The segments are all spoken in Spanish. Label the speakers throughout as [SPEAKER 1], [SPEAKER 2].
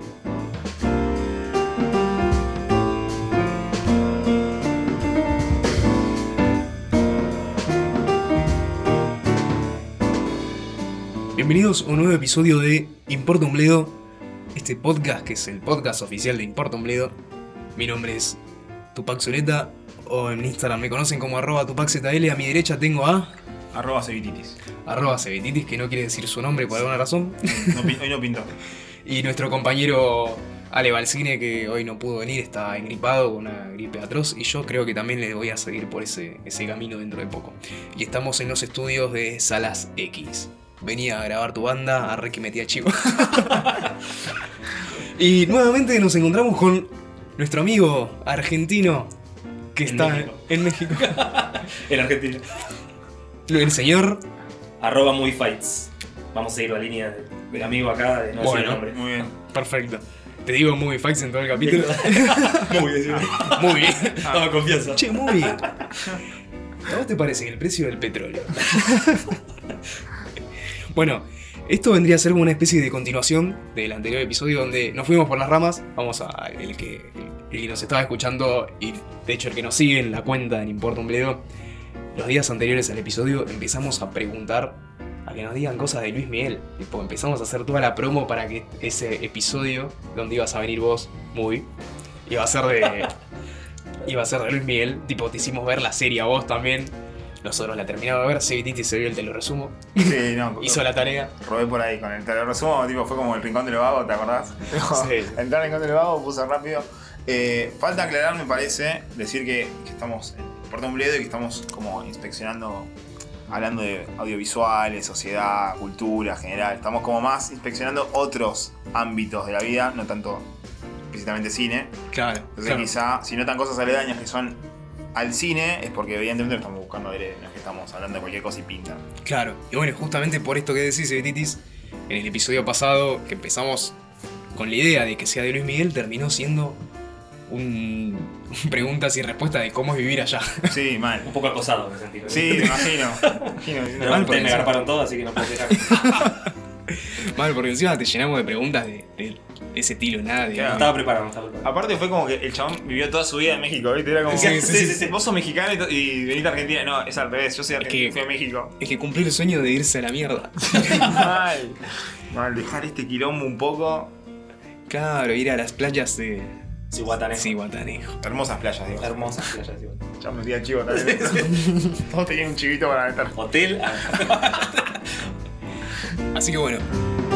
[SPEAKER 1] Bienvenidos a un nuevo episodio de Importa un Bledo, este podcast que es el podcast oficial de Importa un Bledo. Mi nombre es Tupac Zuleta, o en Instagram me conocen como @TupacZL. A mi derecha tengo a
[SPEAKER 2] @Cevititis.
[SPEAKER 1] @Cevititis, que no quiere decir su nombre por alguna razón.
[SPEAKER 2] Hoy no pintó.
[SPEAKER 1] Y nuestro compañero Ale Balcine, que hoy no pudo venir, está engripado con una gripe atroz. Y yo creo que también le voy a seguir por ese camino dentro de poco. Y estamos en los estudios de Salas X. Venía a grabar tu banda, arre que metía chivo. Y nuevamente nos encontramos con nuestro amigo argentino que está en México.
[SPEAKER 3] En Argentina.
[SPEAKER 1] El señor
[SPEAKER 3] @MovieFights. Vamos a seguir la línea del amigo acá de no decir el nombre.
[SPEAKER 2] Muy bien.
[SPEAKER 1] perfecto. Te digo Movie Facts en todo el capítulo.
[SPEAKER 3] Muy bien.
[SPEAKER 1] Muy bien.
[SPEAKER 3] Toma confianza.
[SPEAKER 1] Che, muy bien. ¿A vos te parece el precio del petróleo? Bueno, esto vendría a ser como una especie de continuación del anterior episodio donde nos fuimos por las ramas. Vamos a el que nos estaba escuchando y de hecho el que nos sigue en la cuenta en Importa un Bledo. Los días anteriores al episodio empezamos a preguntar, a que nos digan cosas de Luis Miguel. Tipo, empezamos a hacer toda la promo para que ese episodio donde ibas a venir vos, iba a ser de Luis Miguel. Tipo, te hicimos ver la serie a vos también. Nosotros la terminamos de ver, Cevititi se vio el te lo resumo.
[SPEAKER 2] Sí, no.
[SPEAKER 1] Hizo la tarea.
[SPEAKER 2] Robé por ahí con el te lo resumo, tipo, fue como el rincón de los vagos, ¿te acordás?
[SPEAKER 1] Sí.
[SPEAKER 2] Entrar al rincón de los vagos, puse rápido. Falta aclarar, me parece, decir que estamos en Importa un Bledo y que estamos como inspeccionando, hablando de audiovisuales, sociedad, cultura general. Estamos como más inspeccionando otros ámbitos de la vida, no tanto explícitamente cine.
[SPEAKER 1] Claro.
[SPEAKER 2] Entonces quizá, si notan cosas aledañas que son al cine, es porque evidentemente lo estamos buscando aire, no es que estamos hablando de cualquier cosa y pinta.
[SPEAKER 1] Claro. Y bueno, justamente por esto que decís, Cevititis, en el episodio pasado que empezamos con la idea de que sea de Luis Miguel, terminó siendo un preguntas y respuestas de cómo es vivir allá.
[SPEAKER 2] Sí, mal.
[SPEAKER 3] Un poco acosado en ese sentido.
[SPEAKER 2] Sí, me imagino.
[SPEAKER 3] Pero
[SPEAKER 1] Mal,
[SPEAKER 3] ustedes
[SPEAKER 1] porque
[SPEAKER 3] me agarparon todo, así que no puedo quejar.
[SPEAKER 1] Mal, porque encima te llenamos de preguntas de ese estilo, nada de...
[SPEAKER 2] Claro.
[SPEAKER 3] Estaba preparado.
[SPEAKER 2] Aparte fue como que el chabón vivió toda su vida en México, ¿viste? Era como,
[SPEAKER 1] Sí.
[SPEAKER 2] vos sos mexicano y venís a Argentina. No, es al revés, yo soy argentino y fui a México.
[SPEAKER 1] Es que cumplió el sueño de irse a la mierda.
[SPEAKER 2] Mal, dejar este quilombo un poco.
[SPEAKER 1] Claro, ir a las playas de
[SPEAKER 3] Cihuatanejo.
[SPEAKER 1] Cihuatanejo.
[SPEAKER 2] Hermosas playas, digo.
[SPEAKER 3] Hermosas playas, igual.
[SPEAKER 2] Ya me metía chivo también. Todos tenían un chivito para meter.
[SPEAKER 3] Hotel.
[SPEAKER 1] Así que bueno.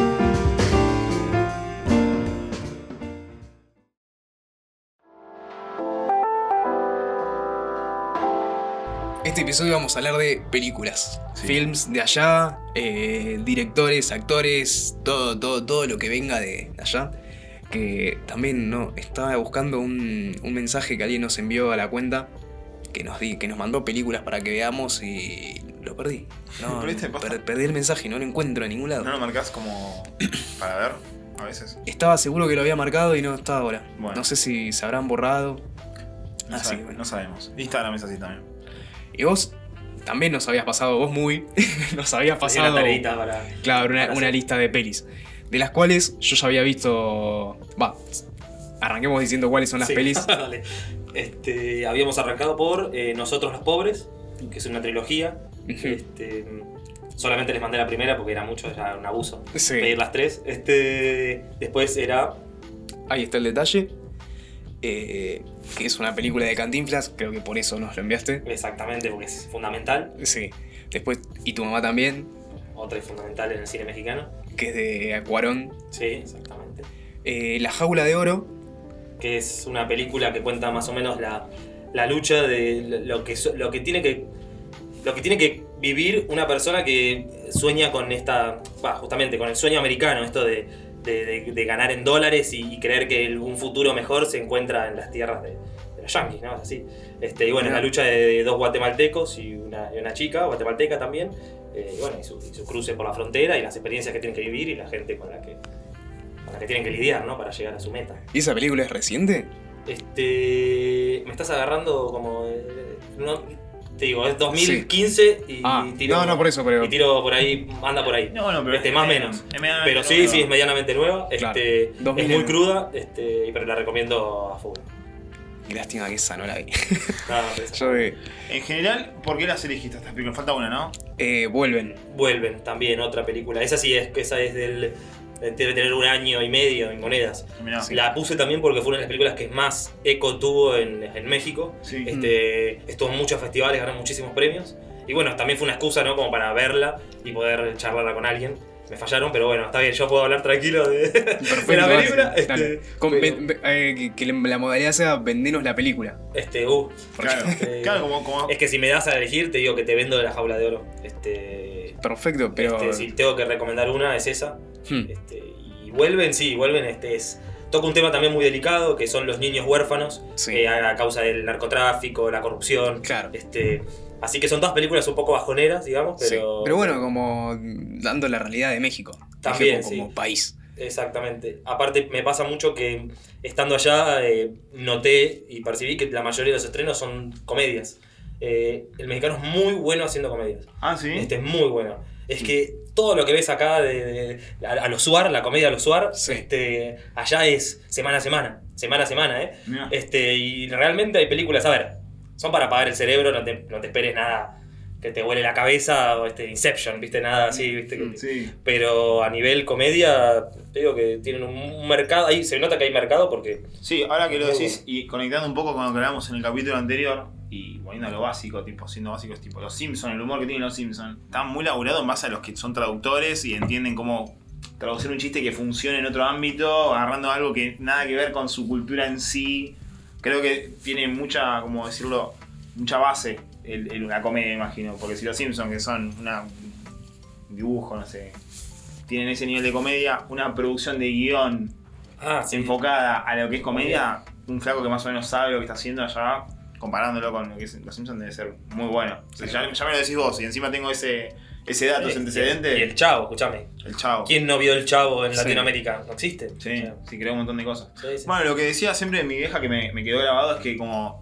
[SPEAKER 1] Este episodio vamos a hablar de películas, films de allá, directores, actores, todo lo que venga de allá. Que también estaba buscando un mensaje que alguien nos envió a la cuenta que nos mandó películas para que veamos y lo perdí. No, perdí el mensaje, no lo encuentro en ningún lado.
[SPEAKER 2] ¿No lo marcás como para ver a veces?
[SPEAKER 1] Estaba seguro que lo había marcado y no está ahora.
[SPEAKER 2] Bueno.
[SPEAKER 1] No sé si se habrán borrado.
[SPEAKER 2] No sabemos. Instagram es así también.
[SPEAKER 1] Y vos también nos habías pasado, vos nos habías pasado.
[SPEAKER 3] Una tareita para.
[SPEAKER 1] Claro,
[SPEAKER 3] para
[SPEAKER 1] una lista de pelis. De las cuales yo ya había visto. Arranquemos diciendo cuáles son las pelis.
[SPEAKER 3] Dale. Habíamos arrancado por Nosotros los Pobres, que es una trilogía. Solamente les mandé la primera porque era un abuso pedir las tres. Después era.
[SPEAKER 1] Ahí está el detalle. Que es una película de Cantinflas, creo que por eso nos lo enviaste.
[SPEAKER 3] Exactamente, porque es fundamental.
[SPEAKER 1] Sí. Después, Y tu mamá también.
[SPEAKER 3] Otra es fundamental en el cine mexicano.
[SPEAKER 1] Que es de Cuarón.
[SPEAKER 3] Sí, exactamente.
[SPEAKER 1] La Jaula de Oro.
[SPEAKER 3] Que es una película que cuenta más o menos la lucha de lo que tiene que vivir una persona que sueña con justamente con el sueño americano, esto de ganar en dólares y creer que un futuro mejor se encuentra en las tierras de los yanquis, ¿no? Es así. Y bueno, es la lucha de dos guatemaltecos y una chica guatemalteca también. Y su cruce por la frontera y las experiencias que tienen que vivir y la gente con la que tienen que lidiar, ¿no? Para llegar a su meta.
[SPEAKER 1] ¿Y esa película es reciente?
[SPEAKER 3] Me estás agarrando como... Te digo, es 2015 y tiro.
[SPEAKER 1] No, por eso, pero.
[SPEAKER 3] Y tiro por ahí, anda por ahí.
[SPEAKER 2] No, pero
[SPEAKER 3] más o menos. Pero sí, es medianamente nueva.
[SPEAKER 1] Claro.
[SPEAKER 3] Es muy cruda, pero la recomiendo a full.
[SPEAKER 1] Qué lástima que esa no la vi.
[SPEAKER 3] No,
[SPEAKER 2] En general, ¿por qué las elegiste estas películas? Falta una, ¿no?
[SPEAKER 3] Vuelven también, otra película. Esa es del. Debe tener 1 año y medio en monedas.
[SPEAKER 2] Mirá.
[SPEAKER 3] La puse también porque fue una de las películas que más eco tuvo en México.
[SPEAKER 2] Sí.
[SPEAKER 3] Estuvo en muchos festivales, ganó muchísimos premios. Y bueno, también fue una excusa, ¿no? Como para verla y poder charlarla con alguien. Me fallaron, pero bueno, está bien, yo puedo hablar tranquilo de la película.
[SPEAKER 1] Que la modalidad sea vendenos la película.
[SPEAKER 2] Claro, como.
[SPEAKER 3] Es que si me das a elegir, te digo que te vendo de la jaula de oro.
[SPEAKER 1] Perfecto, pero.
[SPEAKER 3] Si tengo que recomendar una, es esa. Y vuelven, toca un tema también muy delicado, que son los niños huérfanos, a causa del narcotráfico, la corrupción.
[SPEAKER 1] Claro.
[SPEAKER 3] Así que son todas películas un poco bajoneras, digamos, pero...
[SPEAKER 1] Sí. Pero bueno, como dando la realidad de México.
[SPEAKER 3] También,
[SPEAKER 1] México como país.
[SPEAKER 3] Exactamente. Aparte, me pasa mucho que estando allá noté y percibí que la mayoría de los estrenos son comedias. El mexicano es muy bueno haciendo comedias.
[SPEAKER 2] Ah, sí.
[SPEAKER 3] Es muy bueno. Es que todo lo que ves acá a los Suar, la comedia a los Suar, allá es semana a semana,
[SPEAKER 2] Mirá.
[SPEAKER 3] Y realmente hay películas, a ver, son para apagar el cerebro, no te esperes nada que te huele la cabeza, o Inception, ¿viste? Nada así, ¿viste?
[SPEAKER 2] Sí.
[SPEAKER 3] Pero a nivel comedia, te digo que tienen un mercado, ahí se nota que hay mercado porque...
[SPEAKER 2] Sí, ahora que lo decís, y conectando un poco con lo que hablamos en el capítulo anterior, y poniendo a lo básico, siendo básicos, tipo los Simpsons, el humor que tienen los Simpsons, está muy laburado en base a los que son traductores y entienden cómo traducir un chiste que funcione en otro ámbito, agarrando algo que nada que ver con su cultura en sí. Creo que tiene mucha, como decirlo, mucha base una comedia, imagino, porque si los Simpsons, que son un dibujo, no sé, tienen ese nivel de comedia, una producción de guión enfocada a lo que es comedia, un flaco que más o menos sabe lo que está haciendo allá, comparándolo con lo que es los Simpsons, debe ser muy bueno. O sea, ya me lo decís vos, y encima tengo ese dato, ese antecedente.
[SPEAKER 3] Y el Chavo, escúchame.
[SPEAKER 2] El Chavo.
[SPEAKER 3] ¿Quién no vio el Chavo en Latinoamérica? No existe.
[SPEAKER 2] Sí, creo un montón de cosas.
[SPEAKER 3] Sí.
[SPEAKER 2] Bueno, lo que decía siempre mi vieja que me quedó grabado es que como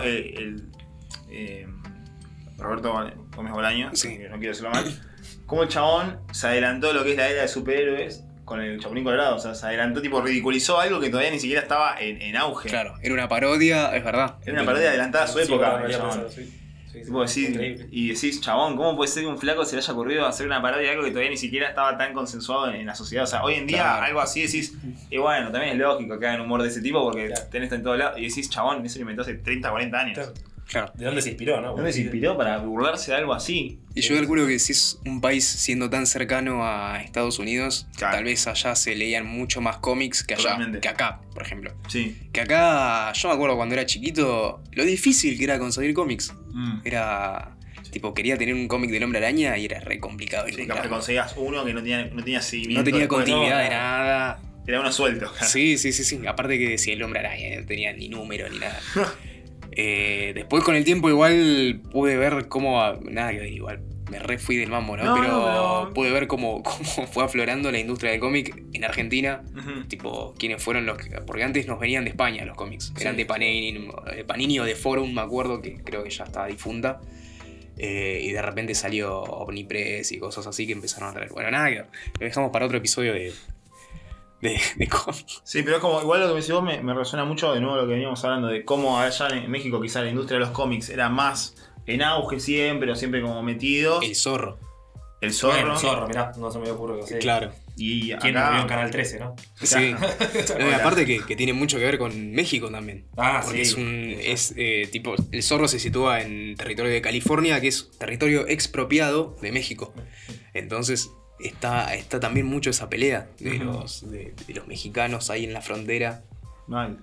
[SPEAKER 2] Roberto Gómez Bolaño, no quiero decirlo mal, como el chabón se adelantó lo que es la era de superhéroes con el Chapulín Colorado, o sea, se adelantó, ridiculizó algo que todavía ni siquiera estaba en auge.
[SPEAKER 1] Claro, era una parodia, es verdad.
[SPEAKER 2] Era una parodia adelantada a su época.
[SPEAKER 3] Increíble.
[SPEAKER 2] Y decís, chabón, ¿cómo puede ser que un flaco se le haya ocurrido hacer una parodia de algo que todavía ni siquiera estaba tan consensuado en la sociedad? O sea, hoy en día algo así decís, y bueno, también es lógico que hagan humor de ese tipo porque tenés esto en todos lados. Y decís, chabón, eso lo inventó hace 30, 40 años.
[SPEAKER 1] Claro.
[SPEAKER 3] ¿De dónde se inspiró, no?
[SPEAKER 2] ¿Dónde se inspiró para burlarse de algo así?
[SPEAKER 1] Y yo calculo que si es un país siendo tan cercano a Estados Unidos, tal vez allá se leían mucho más cómics que allá, que acá, por ejemplo.
[SPEAKER 2] Sí.
[SPEAKER 1] Que acá, yo me acuerdo cuando era chiquito, lo difícil que era conseguir cómics. Era... Tipo, quería tener un cómic del Hombre Araña y era re complicado.
[SPEAKER 2] Sí, capaz que conseguías uno que no tenía seguimiento.
[SPEAKER 1] No tenía continuidad de nada.
[SPEAKER 2] Era uno suelto.
[SPEAKER 1] Sí. Aparte que decía el Hombre Araña, no tenía ni número ni nada. Después con el tiempo igual pude ver cómo... Nada que ver, igual me re fui del mambo, ¿no? Pero pude ver cómo fue aflorando la industria del cómic en Argentina. Tipo, quiénes fueron los que... Porque antes nos venían de España los cómics. Eran de Panini o de Forum, me acuerdo, que creo que ya estaba difunta. Y de repente salió Omnipress y cosas así que empezaron a traer. Bueno, nada que ver. Lo dejamos para otro episodio de cómics.
[SPEAKER 2] Sí, pero es como, igual lo que me decís vos me resuena mucho de nuevo lo que veníamos hablando de cómo allá en México quizá la industria de los cómics era más en auge siempre, o siempre como metido.
[SPEAKER 1] El Zorro.
[SPEAKER 2] El Zorro.
[SPEAKER 3] Bueno, el Zorro, mirá, no se me ocurre que sea.
[SPEAKER 1] Claro.
[SPEAKER 2] Y
[SPEAKER 3] ¿Quién no vio en Canal 13, no?
[SPEAKER 1] Sí. Aparte que tiene mucho que ver con México también. Porque tipo, el Zorro se sitúa en territorio de California, que es territorio expropiado de México. Entonces está también mucho esa pelea de los mexicanos ahí en la frontera.
[SPEAKER 2] Mal.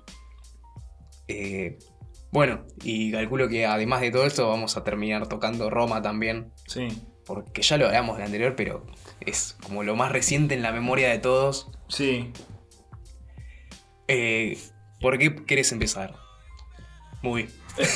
[SPEAKER 1] Bueno, y calculo que además de todo esto vamos a terminar tocando Roma también.
[SPEAKER 2] Sí.
[SPEAKER 1] Porque ya lo hablamos en el anterior, pero es como lo más reciente en la memoria de todos.
[SPEAKER 2] Sí.
[SPEAKER 1] ¿Por qué querés empezar? Muy.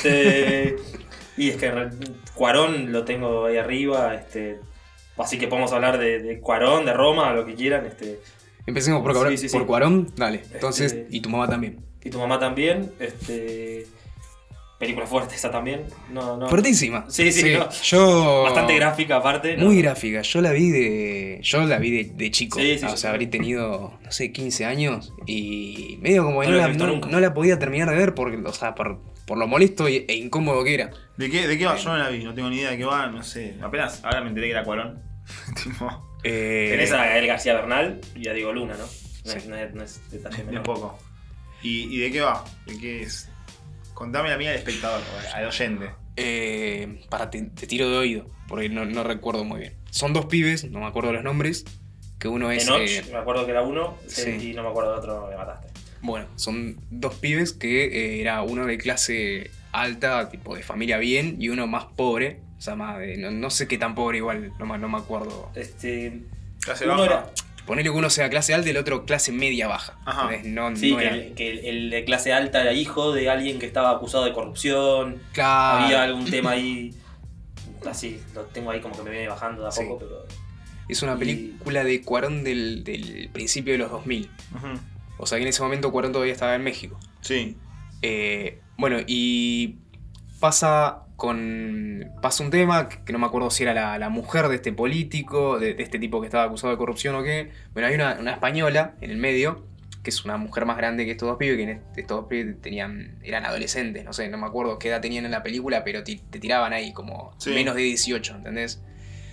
[SPEAKER 3] Y es que Cuarón lo tengo ahí arriba, así que podemos hablar de Cuarón, de Roma, lo que quieran.
[SPEAKER 1] Empecemos por Cuarón, dale. Entonces, y tu mamá también.
[SPEAKER 3] Y tu mamá también. Película fuerte esa también. No.
[SPEAKER 1] Fuertísima.
[SPEAKER 3] Sí, no.
[SPEAKER 1] Yo...
[SPEAKER 3] Bastante gráfica aparte. ¿no?
[SPEAKER 1] Muy gráfica. Yo la vi de chico.
[SPEAKER 3] Sí,
[SPEAKER 1] o sea, habré tenido, no sé, 15 años. Y medio como que
[SPEAKER 3] No la he visto nunca.
[SPEAKER 1] no la podía terminar de ver porque, o sea, por lo molesto e incómodo que era.
[SPEAKER 2] ¿De qué va? Yo no la vi, no tengo ni idea de qué va, no sé. Apenas ahora me enteré que era Cuarón. Tipo,
[SPEAKER 3] Tenés a Gael García Bernal y a Diego Luna, ¿no?
[SPEAKER 1] Sí.
[SPEAKER 3] No es detalle
[SPEAKER 2] de
[SPEAKER 3] menor.
[SPEAKER 2] poco. ¿Y de qué va? ¿De qué es? Contame la mía al espectador, al oyente.
[SPEAKER 1] Te tiro de oído, porque no recuerdo muy bien. Son dos pibes, no me acuerdo los nombres. Que uno es.
[SPEAKER 3] Enoch, me acuerdo que era uno,
[SPEAKER 1] sí.
[SPEAKER 3] y no me acuerdo del otro, me mataste.
[SPEAKER 1] Bueno, son dos pibes que era uno de clase alta, tipo de familia bien, y uno más pobre. O sea, más de. No sé qué tan pobre igual, no me acuerdo.
[SPEAKER 2] Clase
[SPEAKER 3] Uno
[SPEAKER 2] baja.
[SPEAKER 3] era.
[SPEAKER 1] Ponele que uno sea clase alta y el otro clase media baja.
[SPEAKER 2] Ajá.
[SPEAKER 1] Entonces,
[SPEAKER 3] Sí,
[SPEAKER 1] no era.
[SPEAKER 3] que el de clase alta era hijo de alguien que estaba acusado de corrupción.
[SPEAKER 1] Claro.
[SPEAKER 3] Había algún tema ahí. Así, lo tengo ahí como que me viene bajando de a
[SPEAKER 1] Sí.
[SPEAKER 3] poco, pero.
[SPEAKER 1] Es una película de Cuarón del principio de los 2000.
[SPEAKER 2] Ujú.
[SPEAKER 1] O sea que en ese momento Cuarón todavía estaba en México.
[SPEAKER 2] Sí.
[SPEAKER 1] Bueno, y pasa un tema que no me acuerdo si era la mujer de este político, de este tipo que estaba acusado de corrupción o qué. Bueno, hay una española en el medio, que es una mujer más grande que estos dos pibes, que estos dos pibes eran adolescentes, no sé, no me acuerdo qué edad tenían en la película, pero te tiraban ahí como
[SPEAKER 2] Sí.
[SPEAKER 1] menos de 18, ¿entendés?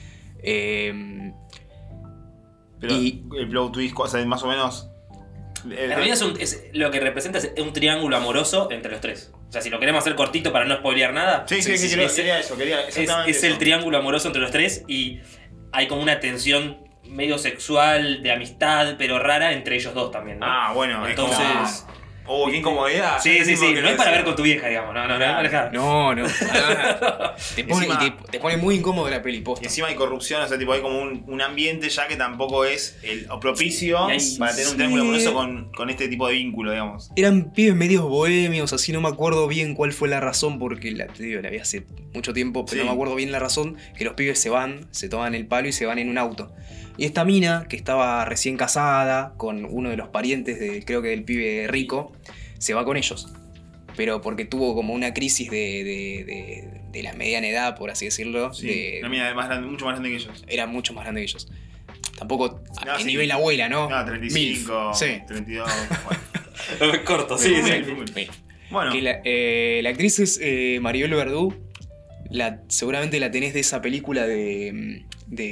[SPEAKER 2] Pero el plot twist, o sea, más o menos.
[SPEAKER 3] En realidad lo que representa es un triángulo amoroso entre los tres. O sea, si lo queremos hacer cortito para no spoilear nada.
[SPEAKER 2] Sí, quería eso, quería exactamente
[SPEAKER 3] Es el
[SPEAKER 2] eso.
[SPEAKER 3] triángulo amoroso entre los tres y hay como una tensión medio sexual, de amistad, pero rara entre ellos dos también, ¿no?
[SPEAKER 2] Ah, bueno,
[SPEAKER 3] Entonces.
[SPEAKER 2] es como. Oh, qué incomodidad.
[SPEAKER 3] Sí,
[SPEAKER 2] Tipo que
[SPEAKER 3] no
[SPEAKER 2] lo
[SPEAKER 3] es para
[SPEAKER 2] decía.
[SPEAKER 3] ver con tu vieja, digamos. No, alejado.
[SPEAKER 1] No. Te pone,
[SPEAKER 2] Encima-
[SPEAKER 1] te pone muy incómodo la peli,
[SPEAKER 2] Y
[SPEAKER 1] posta.
[SPEAKER 2] encima hay corrupción, o sea, tipo hay como un ambiente ya que tampoco es el propicio
[SPEAKER 3] Y hay-
[SPEAKER 2] para tener un
[SPEAKER 1] sí.
[SPEAKER 2] triángulo amoroso con este tipo de vínculo, digamos.
[SPEAKER 1] Eran pibes medios bohemios, así no me acuerdo bien cuál fue la razón, porque te digo, la vi hace mucho tiempo, pero
[SPEAKER 2] Sí.
[SPEAKER 1] no me acuerdo bien la razón, que los pibes se toman el palo y se van en un auto. Y esta mina, que estaba recién casada, con uno de los parientes creo que del pibe rico, se va con ellos. Pero porque tuvo como una crisis de la mediana edad, por así decirlo.
[SPEAKER 2] Sí, una mina más grande, mucho más grande que ellos.
[SPEAKER 1] Era mucho más grande que ellos. Tampoco
[SPEAKER 2] No,
[SPEAKER 1] a
[SPEAKER 2] sí.
[SPEAKER 1] nivel abuela, ¿no?
[SPEAKER 2] No, 35,
[SPEAKER 1] Milf. Sí.
[SPEAKER 2] 32. Bueno.
[SPEAKER 3] Es corto, sí.
[SPEAKER 1] Milf.
[SPEAKER 2] Bueno,
[SPEAKER 1] Que la actriz es Maribel Verdú. Seguramente la tenés de esa película de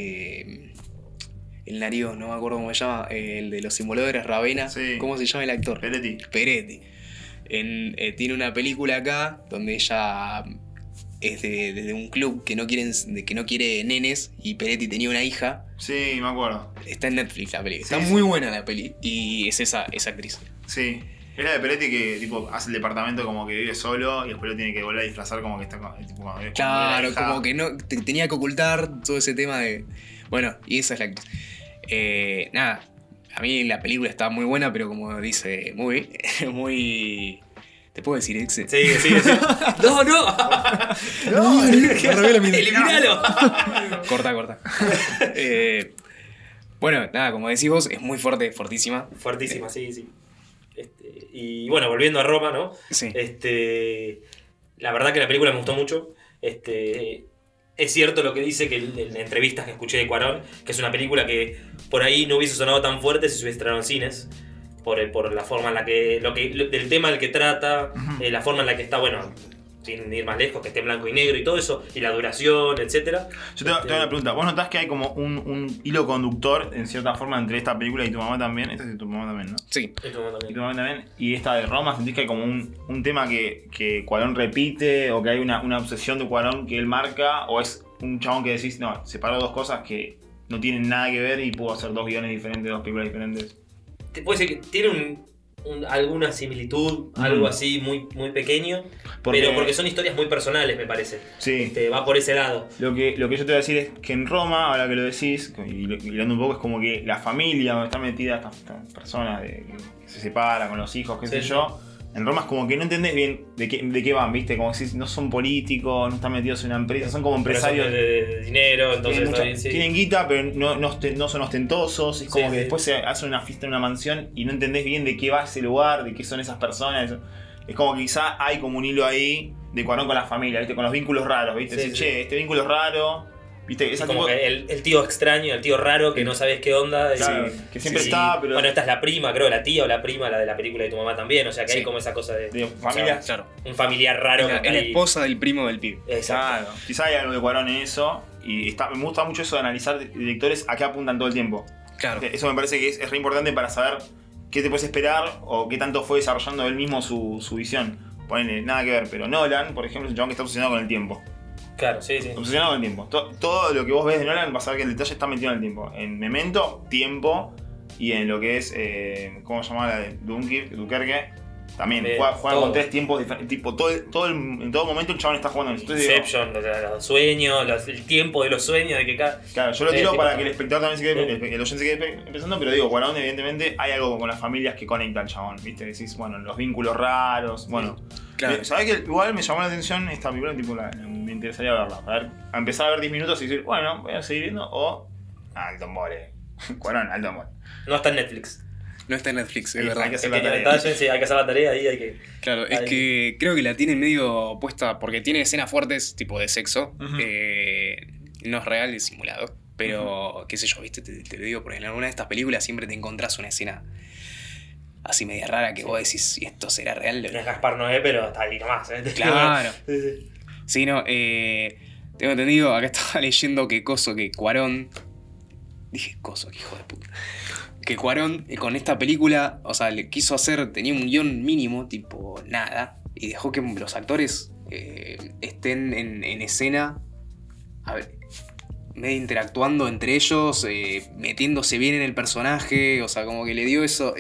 [SPEAKER 1] El Nariz, no me acuerdo cómo se llama, el de los simuladores Ravena.
[SPEAKER 2] Sí.
[SPEAKER 1] ¿Cómo se llama el actor?
[SPEAKER 2] Peretti.
[SPEAKER 1] Tiene una película acá donde ella es de un club que no quiere nenes y Peretti tenía una hija.
[SPEAKER 2] Sí, me acuerdo.
[SPEAKER 1] Está en Netflix la peli. Está
[SPEAKER 2] Sí,
[SPEAKER 1] muy
[SPEAKER 2] sí.
[SPEAKER 1] buena la peli. Y es esa actriz.
[SPEAKER 2] Sí. Es la de Peretti que tipo hace el departamento como que vive solo y después lo tiene que volver a disfrazar como que está tipo, cuando vive con la
[SPEAKER 1] Claro,
[SPEAKER 2] hija.
[SPEAKER 1] como que no tenía que ocultar todo ese tema de. Bueno, y esa es la actriz. Nada, a mí la película está muy buena, pero como dice muy. ¿Te puedo decir exe?
[SPEAKER 3] Sí. No.
[SPEAKER 1] No, me revela mi
[SPEAKER 3] Eliminalo.
[SPEAKER 1] Corta. Bueno, nada, como decís vos, es muy fuerte, fortísima.
[SPEAKER 3] Fuertísima, sí. Y bueno, volviendo a Roma, ¿no?
[SPEAKER 1] Sí.
[SPEAKER 3] La verdad que la película me gustó mucho. Es cierto lo que dice que en entrevistas que escuché de Cuarón, que es una película que por ahí no hubiese sonado tan fuerte si se hubiese estrenado en cines. Por la forma en la que. Del tema del que trata,
[SPEAKER 2] Ujú.
[SPEAKER 3] la forma en la que está, bueno, sin ir más lejos, que esté en blanco y negro y todo eso, y la duración, etcétera.
[SPEAKER 2] Yo te hago una pregunta. ¿Vos notás que hay como un hilo conductor en cierta forma entre esta película y Tu mamá también? Esta es de Tu mamá también, ¿no?
[SPEAKER 1] Sí.
[SPEAKER 2] Y Tu mamá también. Y esta de Roma, ¿sentís que hay como un tema que Cuarón repite o que hay una obsesión de Cuarón que él marca? ¿O es un chabón que decís, no, separó dos cosas que no tienen nada que ver y pudo hacer dos guiones diferentes, dos películas diferentes?
[SPEAKER 3] Te puedo decir que tiene alguna similitud, algo así muy, muy pequeño, pero porque son historias muy personales, me parece.
[SPEAKER 2] Sí.
[SPEAKER 3] Va por ese lado.
[SPEAKER 2] Lo que yo te voy a decir es que en Roma, ahora que lo decís, y hablando un poco, es como que la familia donde está metida estas personas que se separa con los hijos, qué sé
[SPEAKER 3] Sí.
[SPEAKER 2] yo. En Roma es como que no entendés bien de qué van, ¿viste? Como si no son políticos, no están metidos en una empresa, son como empresarios.
[SPEAKER 3] Pero son de dinero, entonces. sí.
[SPEAKER 2] Tienen guita, pero no son ostentosos. Es como
[SPEAKER 3] Sí,
[SPEAKER 2] que
[SPEAKER 3] sí.
[SPEAKER 2] después se hace una fiesta en una mansión y no entendés bien de qué va ese lugar, de qué son esas personas. Es como que quizá hay como un hilo ahí de Cuarón con la familia, ¿viste? Con los vínculos raros, ¿viste?
[SPEAKER 3] Sí,
[SPEAKER 2] Decir,
[SPEAKER 3] sí.
[SPEAKER 2] che, este vínculo es raro, ¿viste? Esa
[SPEAKER 3] Como
[SPEAKER 2] tipo...
[SPEAKER 3] que el tío extraño, el tío raro que no sabes qué onda.
[SPEAKER 2] Claro,
[SPEAKER 3] y-
[SPEAKER 2] que siempre
[SPEAKER 3] sí.
[SPEAKER 2] está, pero...
[SPEAKER 3] Bueno, esta es la prima, creo, la tía o la prima, la de la película de tu mamá también. O sea que
[SPEAKER 1] Sí.
[SPEAKER 3] hay como esa cosa de.
[SPEAKER 2] de
[SPEAKER 3] o
[SPEAKER 2] familia.
[SPEAKER 3] sea,
[SPEAKER 1] Claro.
[SPEAKER 3] un familiar raro
[SPEAKER 1] Es la,
[SPEAKER 3] que
[SPEAKER 1] es la
[SPEAKER 3] está ahí.
[SPEAKER 1] esposa del primo del pibe.
[SPEAKER 3] Exacto.
[SPEAKER 2] Claro. Quizá hay algo de Cuarón en eso. Y me gusta mucho eso de analizar directores a qué apuntan todo el tiempo.
[SPEAKER 1] Claro.
[SPEAKER 2] Eso me parece que es re importante para saber qué te puedes esperar o qué tanto fue desarrollando él mismo su visión. Ponele, nada que ver, pero Nolan, por ejemplo, es un chabón que está obsesionado con el tiempo.
[SPEAKER 3] Claro, sí, sí.
[SPEAKER 2] Obsesionado con el tiempo. Todo lo que vos ves de Nolan vas a ver que el detalle está metido en el tiempo. En Memento, tiempo. Y en lo que es, ¿cómo se llama la de Dunkerque? También juega
[SPEAKER 3] todo.
[SPEAKER 2] con 3 tiempos diferentes. Tipo, en todo momento el chabón está jugando en eso. Entonces, digo,
[SPEAKER 3] Inception, los sueños, el tiempo de los sueños, de que cada.
[SPEAKER 2] claro, yo lo tiro
[SPEAKER 3] Sí,
[SPEAKER 2] para
[SPEAKER 3] sí.
[SPEAKER 2] que el espectador también se quede, el oyente se quede pensando, pero digo, Cuarón evidentemente hay algo con las familias que conecta al chabón, ¿viste? Decís, bueno, los vínculos raros, bueno.
[SPEAKER 1] Claro.
[SPEAKER 2] ¿Sabés que igual me llamó la atención esta película? Tipo, me interesaría verla. A empezar a ver 10 minutos y decir, bueno, voy a seguir viendo, o... Alto mole. Cuarón, alto mole.
[SPEAKER 3] No está en Netflix.
[SPEAKER 1] No está en Netflix, es
[SPEAKER 2] Sí,
[SPEAKER 1] verdad.
[SPEAKER 2] hay que hacer
[SPEAKER 3] Es que
[SPEAKER 2] la
[SPEAKER 3] tiene
[SPEAKER 2] tarea.
[SPEAKER 3] detalle, sí, hay que hacer la tarea ahí, hay que.
[SPEAKER 1] Claro, es
[SPEAKER 3] Ahí.
[SPEAKER 1] que creo que la tiene medio puesta porque tiene escenas fuertes, tipo de sexo.
[SPEAKER 2] Ujú.
[SPEAKER 1] No es real, es simulado. Pero, qué sé yo, viste, te lo digo, porque en alguna de estas películas siempre te encontrás una escena así media rara que vos decís, si esto será real.
[SPEAKER 3] No es Gaspar Noé, pero está ahí nomás.
[SPEAKER 1] Claro.
[SPEAKER 3] Sí, sí.
[SPEAKER 1] Sí, no, tengo entendido, acá estaba leyendo que Cuarón. Dije Coso, que hijo de puta. Que Cuarón con esta película, o sea, le quiso hacer, tenía un guión mínimo, tipo nada, y dejó que los actores estén en escena, a ver, medio interactuando entre ellos, metiéndose bien en el personaje, o sea, como que le dio eso,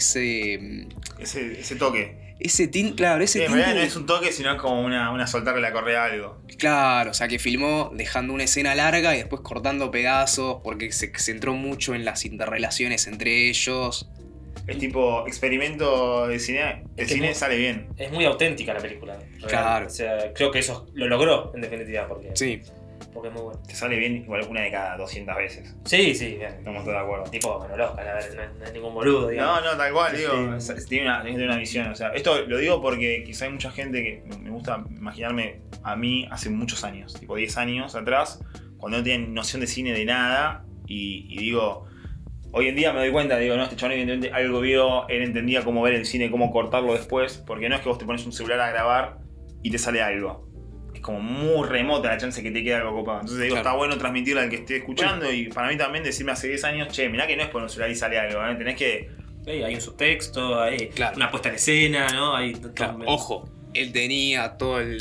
[SPEAKER 1] ese
[SPEAKER 2] toque.
[SPEAKER 1] claro, ese
[SPEAKER 2] En
[SPEAKER 1] tinte.
[SPEAKER 2] realidad no es un toque, sino es como una soltarle la correa a algo.
[SPEAKER 1] Claro, o sea, que filmó dejando una escena larga y después cortando pedazos porque se centró mucho en las interrelaciones entre ellos.
[SPEAKER 2] Es tipo experimento de cine,
[SPEAKER 3] Es que muy-
[SPEAKER 2] sale bien.
[SPEAKER 3] Es muy auténtica la película. real.
[SPEAKER 1] Claro.
[SPEAKER 3] O sea, creo que eso lo logró, en definitiva, porque
[SPEAKER 1] Sí,
[SPEAKER 3] es muy bueno.
[SPEAKER 2] Te sale bien igual una de cada 200 veces.
[SPEAKER 3] Sí, sí, bien.
[SPEAKER 2] Estamos todos de acuerdo.
[SPEAKER 3] Tipo, bueno, Oscar, a ver, no es ningún boludo, digamos.
[SPEAKER 2] No, tal cual, digo,
[SPEAKER 3] Sí.
[SPEAKER 2] tiene una visión. O sea, esto lo digo porque quizá hay mucha gente que me gusta imaginarme a mí hace muchos años, tipo 10 años atrás, cuando no tenían noción de cine de nada, y digo, hoy en día me doy cuenta, digo, no, este chabón evidentemente algo vio, él entendía cómo ver el cine, cómo cortarlo después, porque no es que vos te pones un celular a grabar y te sale algo. Es como muy remota la chance que te quede algo copado. Entonces digo,
[SPEAKER 1] Claro.
[SPEAKER 2] está bueno transmitirlo al que esté escuchando y para mí también decirme hace 10 años, che, mirá que no es por un celular y sale algo, ¿eh? Tenés que...
[SPEAKER 3] Hay un subtexto, hay
[SPEAKER 1] Claro.
[SPEAKER 3] una puesta en escena, ¿no? Hay
[SPEAKER 1] claro. Ojo, él tenía todo el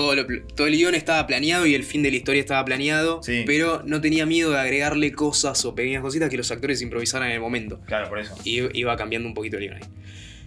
[SPEAKER 1] guión estaba planeado y el fin de la historia estaba planeado,
[SPEAKER 2] Sí.
[SPEAKER 1] pero no tenía miedo de agregarle cosas o pequeñas cositas que los actores improvisaran en el momento.
[SPEAKER 2] Claro, por eso.
[SPEAKER 1] Y iba cambiando un poquito el guión ahí.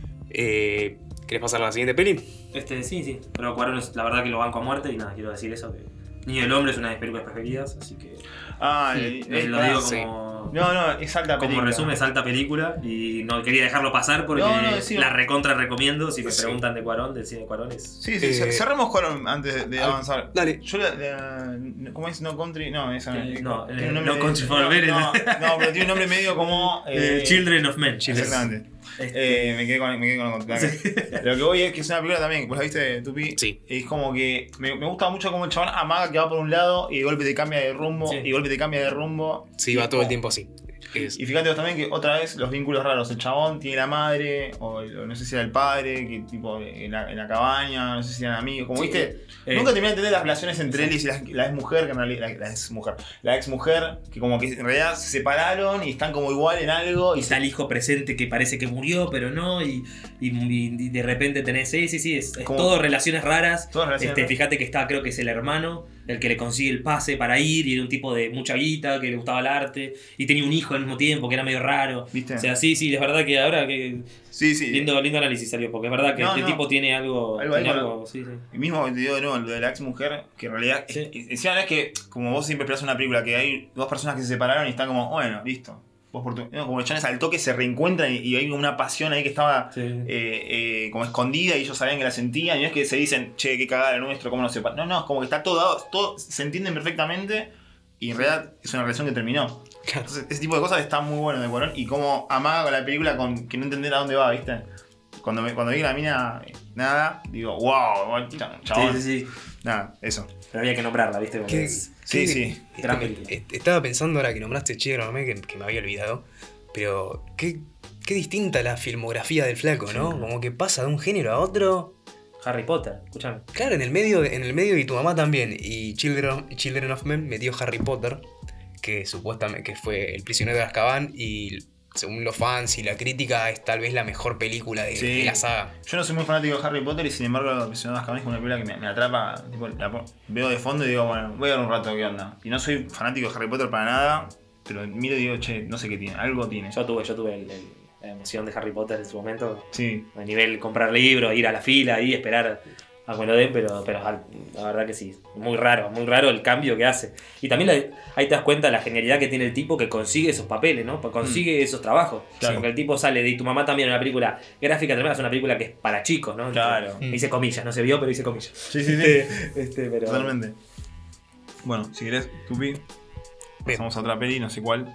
[SPEAKER 1] ¿Querés pasar a la siguiente peli?
[SPEAKER 3] Sí. Pero Cuarón es la verdad que lo banco a muerte y nada, quiero decir eso. Que Niño del Hombre es una de mis películas preferidas, así que.
[SPEAKER 2] Ah,
[SPEAKER 3] Lo digo
[SPEAKER 1] sí.
[SPEAKER 3] como.
[SPEAKER 2] No, es alta
[SPEAKER 3] Como
[SPEAKER 2] película.
[SPEAKER 3] resumen, es alta película y no quería dejarlo pasar porque
[SPEAKER 2] No, sí.
[SPEAKER 3] la recontra recomiendo. Si me
[SPEAKER 1] Sí.
[SPEAKER 3] preguntan de Cuarón, del cine de Cuarón es.
[SPEAKER 2] Sí, cerremos Cuarón antes de avanzar.
[SPEAKER 1] Dale.
[SPEAKER 2] Yo ¿cómo es? No Country, no, esa
[SPEAKER 3] No,
[SPEAKER 2] tiene un nombre
[SPEAKER 3] No Country for Old Men.
[SPEAKER 2] no, pero tiene un nombre medio como
[SPEAKER 3] Children of Men.
[SPEAKER 2] Exactamente.
[SPEAKER 3] Este,
[SPEAKER 2] Me quedé con Lo que voy es que es una película también, ¿vos la viste, Tupi?
[SPEAKER 1] Sí.
[SPEAKER 2] Es como que me gusta mucho como el chabón amaga que va por un lado y de golpe te cambia de rumbo,
[SPEAKER 3] Sí.
[SPEAKER 2] y de golpe te cambia de rumbo.
[SPEAKER 1] Sí,
[SPEAKER 2] Y
[SPEAKER 1] va
[SPEAKER 2] es
[SPEAKER 1] todo el
[SPEAKER 2] como-
[SPEAKER 1] tiempo así.
[SPEAKER 2] Y fíjate vos también que otra vez los vínculos raros. El chabón tiene la madre, o no sé si era el padre, que tipo en la cabaña, no sé si eran amigos. Como
[SPEAKER 3] Sí,
[SPEAKER 2] viste,
[SPEAKER 3] eh,
[SPEAKER 2] nunca terminé de entender las relaciones entre
[SPEAKER 3] sí.
[SPEAKER 2] él y la ex mujer, que en realidad la ex mujer, que como que en realidad se separaron y están como igual en algo.
[SPEAKER 3] Y está el hijo presente que parece que murió, pero no, y de repente tenés. Sí, es
[SPEAKER 2] Como-
[SPEAKER 3] todo relaciones raras.
[SPEAKER 2] Todas relaciones raras.
[SPEAKER 3] Fíjate que está, creo que es el hermano, el que le consigue el pase para ir, y era un tipo de mucha guita, que le gustaba el arte, y tenía un hijo al mismo tiempo, que era medio raro.
[SPEAKER 2] ¿Viste?
[SPEAKER 3] O sea, sí, es verdad que ahora que.
[SPEAKER 2] Sí, sí.
[SPEAKER 3] Lindo análisis salió, porque es verdad que
[SPEAKER 2] No,
[SPEAKER 3] el
[SPEAKER 2] no.
[SPEAKER 3] tipo tiene algo.
[SPEAKER 2] Algo ahí
[SPEAKER 3] tiene
[SPEAKER 2] con-
[SPEAKER 3] algo, sí.
[SPEAKER 2] Y mismo te digo de nuevo, lo de la ex mujer, que en realidad.
[SPEAKER 3] Sí.
[SPEAKER 2] Encima no es que, como vos siempre esperás una película, que hay dos personas que se separaron y están como, bueno, listo. Vos por tu. No, como los chanes al toque se reencuentran y hay una pasión ahí que estaba
[SPEAKER 3] Sí.
[SPEAKER 2] como escondida y ellos sabían que la sentían. Y no es que se dicen, che, qué cagada lo nuestro, cómo nos separamos. No, es como que está todo se entienden perfectamente y en realidad es una relación que terminó. Entonces, ese tipo de cosas está muy bueno de Cuarón y cómo amaga con la película con que no entender a dónde va, ¿viste? Cuando vi que la mina, nada, digo, wow, chabón.
[SPEAKER 3] Sí.
[SPEAKER 2] Nada, eso.
[SPEAKER 3] Pero había que nombrarla, ¿viste? Porque
[SPEAKER 2] Sí.
[SPEAKER 3] gran película.
[SPEAKER 1] Estaba pensando ahora que nombraste Children que me había olvidado. Pero qué distinta la filmografía del flaco, ¿no? Como que pasa de un género a otro.
[SPEAKER 3] Harry Potter, escuchame.
[SPEAKER 1] Claro, en el medio y tu mamá también. Y Children of Men metió Harry Potter, que supuestamente que fue El prisionero de Azkaban, y según los fans y la crítica es tal vez la mejor película de la saga.
[SPEAKER 2] Yo no soy muy fanático de Harry Potter y sin embargo El prisionero de Azkaban es una película que me atrapa, tipo, veo de fondo y digo, bueno, voy a ver un rato qué onda. Y no soy fanático de Harry Potter para nada, pero miro y digo, che, no sé qué tiene, algo tiene.
[SPEAKER 3] Yo tuve la emoción de Harry Potter en su momento.
[SPEAKER 2] Sí.
[SPEAKER 3] A nivel comprar libros, ir a la fila y esperar a que me lo den, pero la verdad que sí, muy raro el cambio que hace. Y también ahí te das cuenta de la genialidad que tiene el tipo que consigue esos papeles, ¿no? Consigue esos trabajos.
[SPEAKER 2] Claro.
[SPEAKER 3] Porque el tipo sale de Y tu mamá también, una película gráfica, también es una película que es para chicos, ¿no?
[SPEAKER 2] Claro.
[SPEAKER 3] Hice comillas, no se vio, pero hice comillas.
[SPEAKER 2] Sí.
[SPEAKER 3] Pero...
[SPEAKER 2] Totalmente. Bueno, si querés, Tupi, pasamos a otra peli, no sé cuál.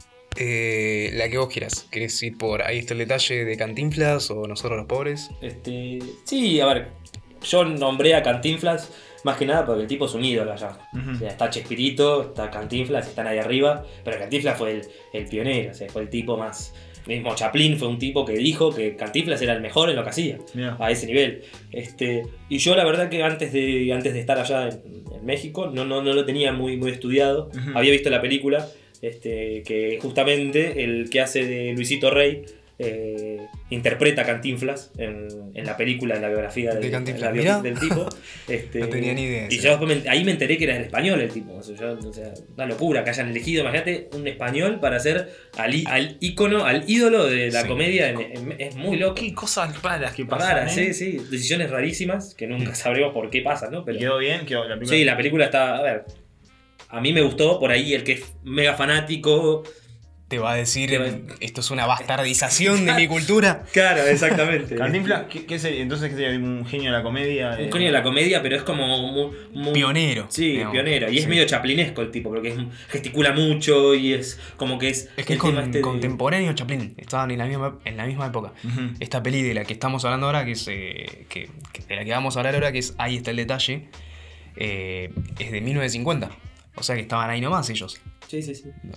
[SPEAKER 1] La que vos quieras. ¿Querés ir por Ahí está el detalle de Cantinflas o Nosotros los pobres?
[SPEAKER 3] Sí, a ver, yo nombré a Cantinflas más que nada porque el tipo es un ídolo allá. O sea, está Chespirito, está Cantinflas, están ahí arriba, pero Cantinflas fue el pionero, o sea, fue el tipo más... Mismo Chaplin fue un tipo que dijo que Cantinflas era el mejor en lo que hacía, a ese nivel. Y yo la verdad que antes de estar allá en México no lo tenía muy estudiado. Había visto la película, que justamente el que hace de Luisito Rey interpreta a Cantinflas en la película, en la biografía
[SPEAKER 1] de Cantinflas.
[SPEAKER 3] Del tipo.
[SPEAKER 1] No tenía ni idea.
[SPEAKER 3] Y yo ahí me enteré que era el español el tipo. O sea, una locura que hayan elegido, imagínate, un español para hacer al ícono, al ídolo de la comedia. Es muy loco.
[SPEAKER 2] Qué cosas raras que pasan.
[SPEAKER 3] Sí. Decisiones rarísimas que nunca sabremos por qué pasan, ¿no? Pero,
[SPEAKER 2] ¿Quedó bien? ¿Quedó la película?
[SPEAKER 3] Sí, la película está. A ver. A mí me gustó, por ahí el que es mega fanático.
[SPEAKER 1] Te va a decir, esto es una bastardización de mi cultura.
[SPEAKER 3] Claro, exactamente.
[SPEAKER 2] Cantinflas, ¿qué sería? Entonces, ¿qué sería? ¿Un genio de la comedia?
[SPEAKER 3] Un genio de la comedia, pero es como muy
[SPEAKER 1] pionero.
[SPEAKER 3] Sí,
[SPEAKER 1] digamos.
[SPEAKER 3] pionero. Y es medio chaplinesco el tipo, porque gesticula mucho y es como que es...
[SPEAKER 1] Es que es contemporáneo Chaplin. Estaban en la misma época. Esta peli de la que estamos hablando ahora, de la que vamos a hablar ahora, que es Ahí está el detalle, es de 1950. O sea que estaban ahí nomás ellos.
[SPEAKER 3] Sí. No.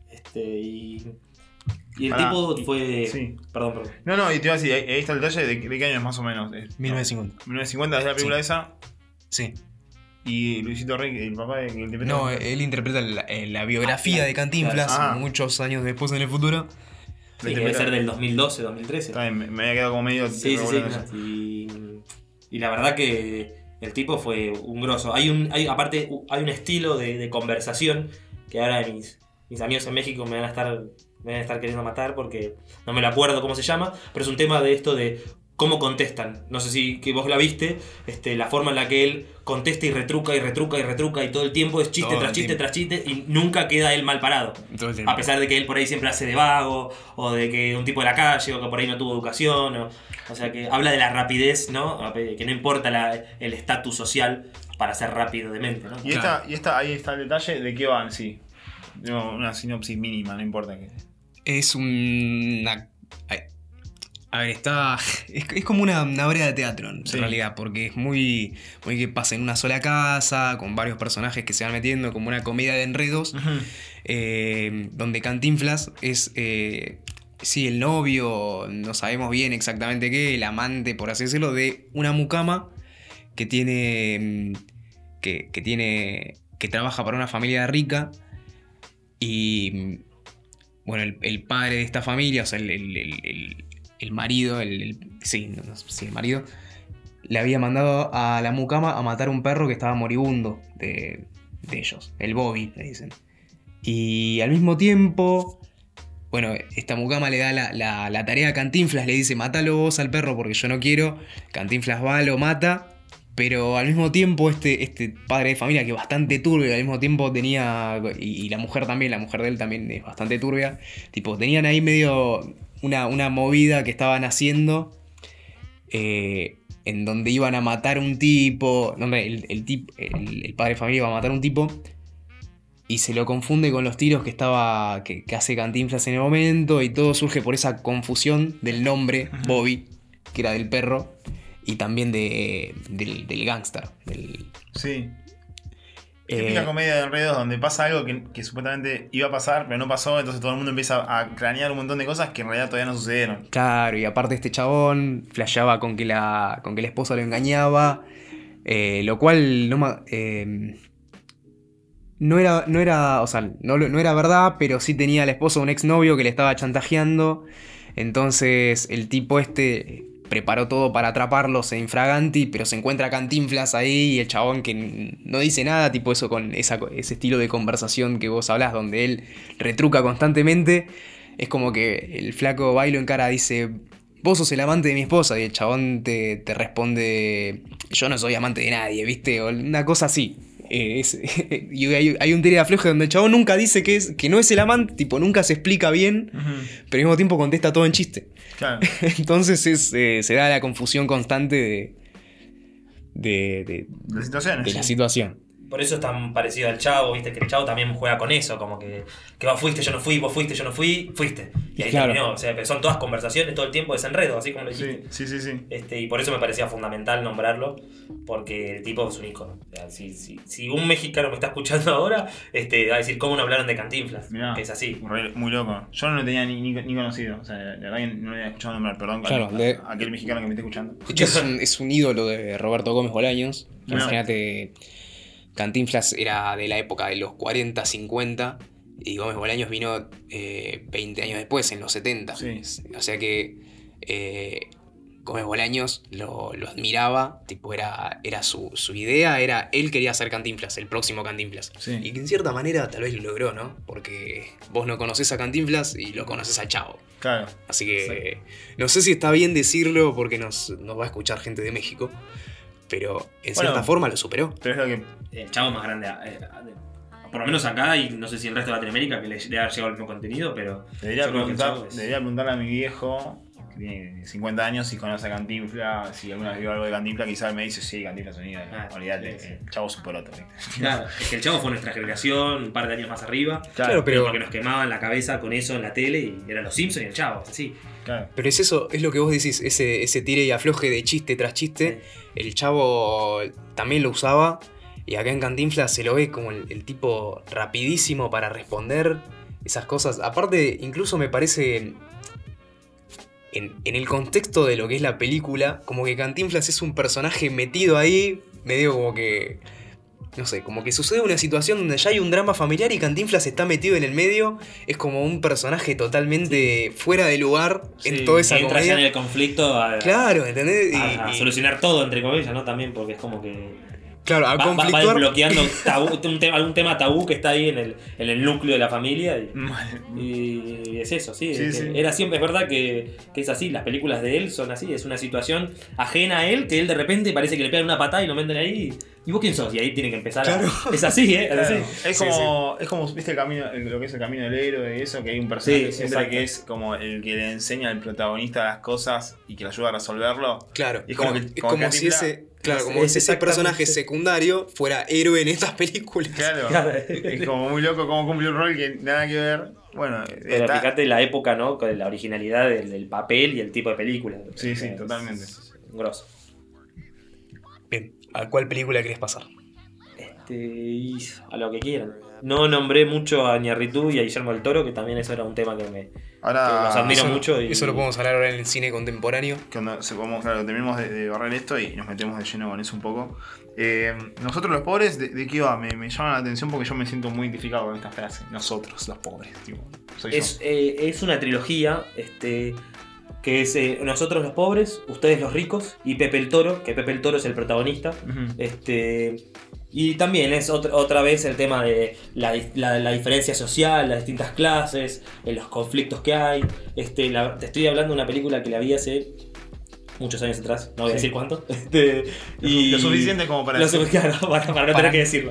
[SPEAKER 3] Y el tipo fue...
[SPEAKER 2] Sí.
[SPEAKER 3] Perdón.
[SPEAKER 2] No, y te iba a decir, ahí está el detalle de qué año es más o menos.
[SPEAKER 1] 1950.
[SPEAKER 2] 1950 es la película esa.
[SPEAKER 1] Sí.
[SPEAKER 2] Y Luisito Rey, el papá que interpreta.
[SPEAKER 1] No, él interpreta la biografía de Cantinflas muchos años después en el futuro.
[SPEAKER 3] Sí, debe ser del 2012, 2013.
[SPEAKER 2] Está bien, me había quedado como medio...
[SPEAKER 3] Sí. Y la verdad que el tipo fue un grosso. Aparte, hay un estilo de conversación que ahora mis amigos en México me van a estar queriendo matar porque no me lo acuerdo cómo se llama, pero es un tema de esto de cómo contestan. No sé si que vos la viste, la forma en la que él contesta y retruca y todo el tiempo es chiste tras chiste y nunca queda él mal parado. A pesar de que él por ahí siempre hace de vago o de que un tipo de la calle o que por ahí no tuvo educación. O sea que habla de la rapidez, ¿no? Que no importa el estatus social para ser rápido de mente, ¿no?
[SPEAKER 2] Y ahí está el detalle de qué van, sí. Una sinopsis mínima, no importa qué.
[SPEAKER 1] Es una... A ver, es como una obra de teatro en realidad, porque es muy que pasa en una sola casa, con varios personajes que se van metiendo, como una comedia de enredos, donde Cantinflas es, el novio, no sabemos bien exactamente qué, el amante, por así decirlo, de una mucama que tiene, que trabaja para una familia rica. Y bueno, el padre de esta familia, o sea, el marido, el marido, le había mandado a la mucama a matar un perro que estaba moribundo de ellos, el Bobby, le dicen. Y al mismo tiempo, bueno, esta mucama le da la tarea a Cantinflas, le dice, matalo vos al perro porque yo no quiero. Cantinflas va, lo mata. Pero al mismo tiempo este padre de familia, que es bastante turbio, al mismo tiempo tenía... Y la mujer también, la mujer de él también es bastante turbia. Tipo, tenían ahí medio una movida que estaban haciendo en donde iban a matar un tipo... No, el padre de familia iba a matar un tipo y se lo confunde con los tiros que hace Cantinflas en el momento y todo surge por esa confusión del nombre, Bobby. que era del perro, y también del gángster.
[SPEAKER 2] Sí. Típica comedia de enredos donde pasa algo que supuestamente iba a pasar, pero no pasó, entonces todo el mundo empieza a cranear un montón de cosas que en realidad todavía no sucedieron.
[SPEAKER 1] Claro, y aparte este chabón flasheaba con que la esposa lo engañaba, lo cual no era, o sea, no era verdad, pero sí tenía a la esposa un exnovio que le estaba chantajeando. Entonces el tipo preparó todo para atraparlos en infraganti, pero se encuentra a Cantinflas ahí y el chabón que no dice nada, tipo eso con ese estilo de conversación que vos hablás, donde él retruca constantemente. Es como que el flaco Bailo en cara dice: vos sos el amante de mi esposa, y el chabón te responde: yo no soy amante de nadie, ¿viste? O una cosa así. Y hay un tire de afloje donde el chabón nunca dice que no es el amante, tipo nunca se explica bien, pero al mismo tiempo contesta todo en chiste.
[SPEAKER 2] Claro.
[SPEAKER 1] Entonces se da la confusión constante de la situación.
[SPEAKER 3] Por eso es tan parecido al Chavo, viste, que el Chavo también juega con eso, como que vos fuiste, yo no fui, vos fuiste, yo no fui, fuiste. Y ahí
[SPEAKER 1] claro.
[SPEAKER 3] terminó, o sea, pero son todas conversaciones todo el tiempo, desenredo, así como lo dijiste.
[SPEAKER 2] Sí.
[SPEAKER 3] Y por eso me parecía fundamental nombrarlo, porque el tipo es un ícono. O sea, si un mexicano me está escuchando ahora, va a decir cómo no hablaron de Cantinflas. Mirá, que es así.
[SPEAKER 2] Muy loco. Yo no lo tenía ni conocido, o sea, la verdad que no lo había escuchado nombrar, perdón,
[SPEAKER 1] claro,
[SPEAKER 2] aquel mexicano que me esté escuchando.
[SPEAKER 1] De hecho, es un ídolo de Roberto Gómez Bolaños. Imagínate, Cantinflas era de la época de los 40, 50, y Gómez Bolaños vino 20 años después, en los 70.
[SPEAKER 2] Sí.
[SPEAKER 1] O sea que Gómez Bolaños lo admiraba, tipo era su idea, él quería ser Cantinflas, el próximo Cantinflas.
[SPEAKER 2] Sí.
[SPEAKER 1] Y que en cierta manera tal vez lo logró, ¿no? Porque vos no conocés a Cantinflas y lo conocés al Chavo.
[SPEAKER 2] Claro.
[SPEAKER 1] Así que no sé si está bien decirlo porque nos va a escuchar gente de México, pero en cierta forma lo superó.
[SPEAKER 2] Pero es lo que...
[SPEAKER 3] El Chavo más grande, por lo menos acá, y no sé si en el resto de Latinoamérica, que le debe haber llegado el mismo contenido, pero...
[SPEAKER 2] Debería preguntarle a mi viejo, que tiene 50 años, si conoce a Cantinflas, si alguna vez vio algo de Cantinflas, quizás me dice: sí, Cantinflas Unido. Olvídate,
[SPEAKER 3] sí.
[SPEAKER 2] El Chavo super otro.
[SPEAKER 3] Claro, es que el Chavo fue nuestra generación, un par de años más arriba.
[SPEAKER 2] Claro,
[SPEAKER 1] pero
[SPEAKER 3] porque nos quemaban la cabeza con eso en la tele, y eran los Simpsons y el Chavo, así.
[SPEAKER 2] Claro.
[SPEAKER 1] Pero es eso, es lo que vos decís, ese tire y afloje de chiste tras chiste. Sí. El Chavo también lo usaba, y acá en Cantinflas se lo ve como el tipo rapidísimo para responder esas cosas. Aparte, incluso me parece, en el contexto de lo que es la película, como que Cantinflas es un personaje metido ahí, medio como que... No sé, como que sucede una situación donde ya hay un drama familiar y Cantinflas está metido en el medio. Es como un personaje totalmente fuera de lugar en toda esa
[SPEAKER 3] entra
[SPEAKER 1] comedia.
[SPEAKER 3] Ya en el conflicto
[SPEAKER 1] claro, ¿entendés?
[SPEAKER 3] A solucionar todo, entre comillas, ¿no? También porque es como que...
[SPEAKER 1] Claro, a conflictuar.
[SPEAKER 3] Va desbloqueando algún tema tabú que está ahí en el núcleo de la familia. Y es eso, sí. Era siempre, es verdad que es así. Las películas de él son así. Es una situación ajena a él, que él de repente parece que le pegan una patada y lo meten ahí. ¿Y vos quién sos? Y ahí tiene que empezar.
[SPEAKER 1] Claro.
[SPEAKER 3] Es así, ¿eh?
[SPEAKER 2] Claro.
[SPEAKER 3] Es
[SPEAKER 2] como, viste el camino, lo que es el camino del héroe y eso, que hay un personaje siempre que es como el que le enseña al protagonista las cosas y que le ayuda a resolverlo.
[SPEAKER 1] Claro.
[SPEAKER 2] Y es como,
[SPEAKER 1] es como si ese personaje secundario fuera héroe en estas películas.
[SPEAKER 2] Claro. Es como muy loco cómo cumple un rol que nada que ver. Bueno,
[SPEAKER 3] pero fíjate la época, ¿no? Con la originalidad del papel y el tipo de película.
[SPEAKER 2] Sí, totalmente.
[SPEAKER 3] Grosso.
[SPEAKER 1] Bien, ¿a cuál película querés pasar?
[SPEAKER 3] A lo que quieran. No nombré mucho a Iñárritu y a Guillermo del Toro, que también eso era un tema que los admiro mucho.
[SPEAKER 1] Eso lo podemos hablar ahora en el cine contemporáneo.
[SPEAKER 2] Cuando terminemos de barrer esto y nos metemos de lleno con eso un poco. Nosotros los pobres, ¿de qué va? Me llama la atención porque yo me siento muy identificado con esta frase. Nosotros los pobres, tipo, soy yo.
[SPEAKER 3] Es una trilogía que es Nosotros los pobres, Ustedes los ricos y Pepe el Toro, que Pepe el Toro es el protagonista. Y también es otra vez el tema de la diferencia social, las distintas clases, los conflictos que hay. Te estoy hablando de una película que la vi hace muchos años atrás, no voy a decir cuánto.
[SPEAKER 2] Lo suficiente como para
[SPEAKER 3] decirlo. Claro, para no tener que decirlo.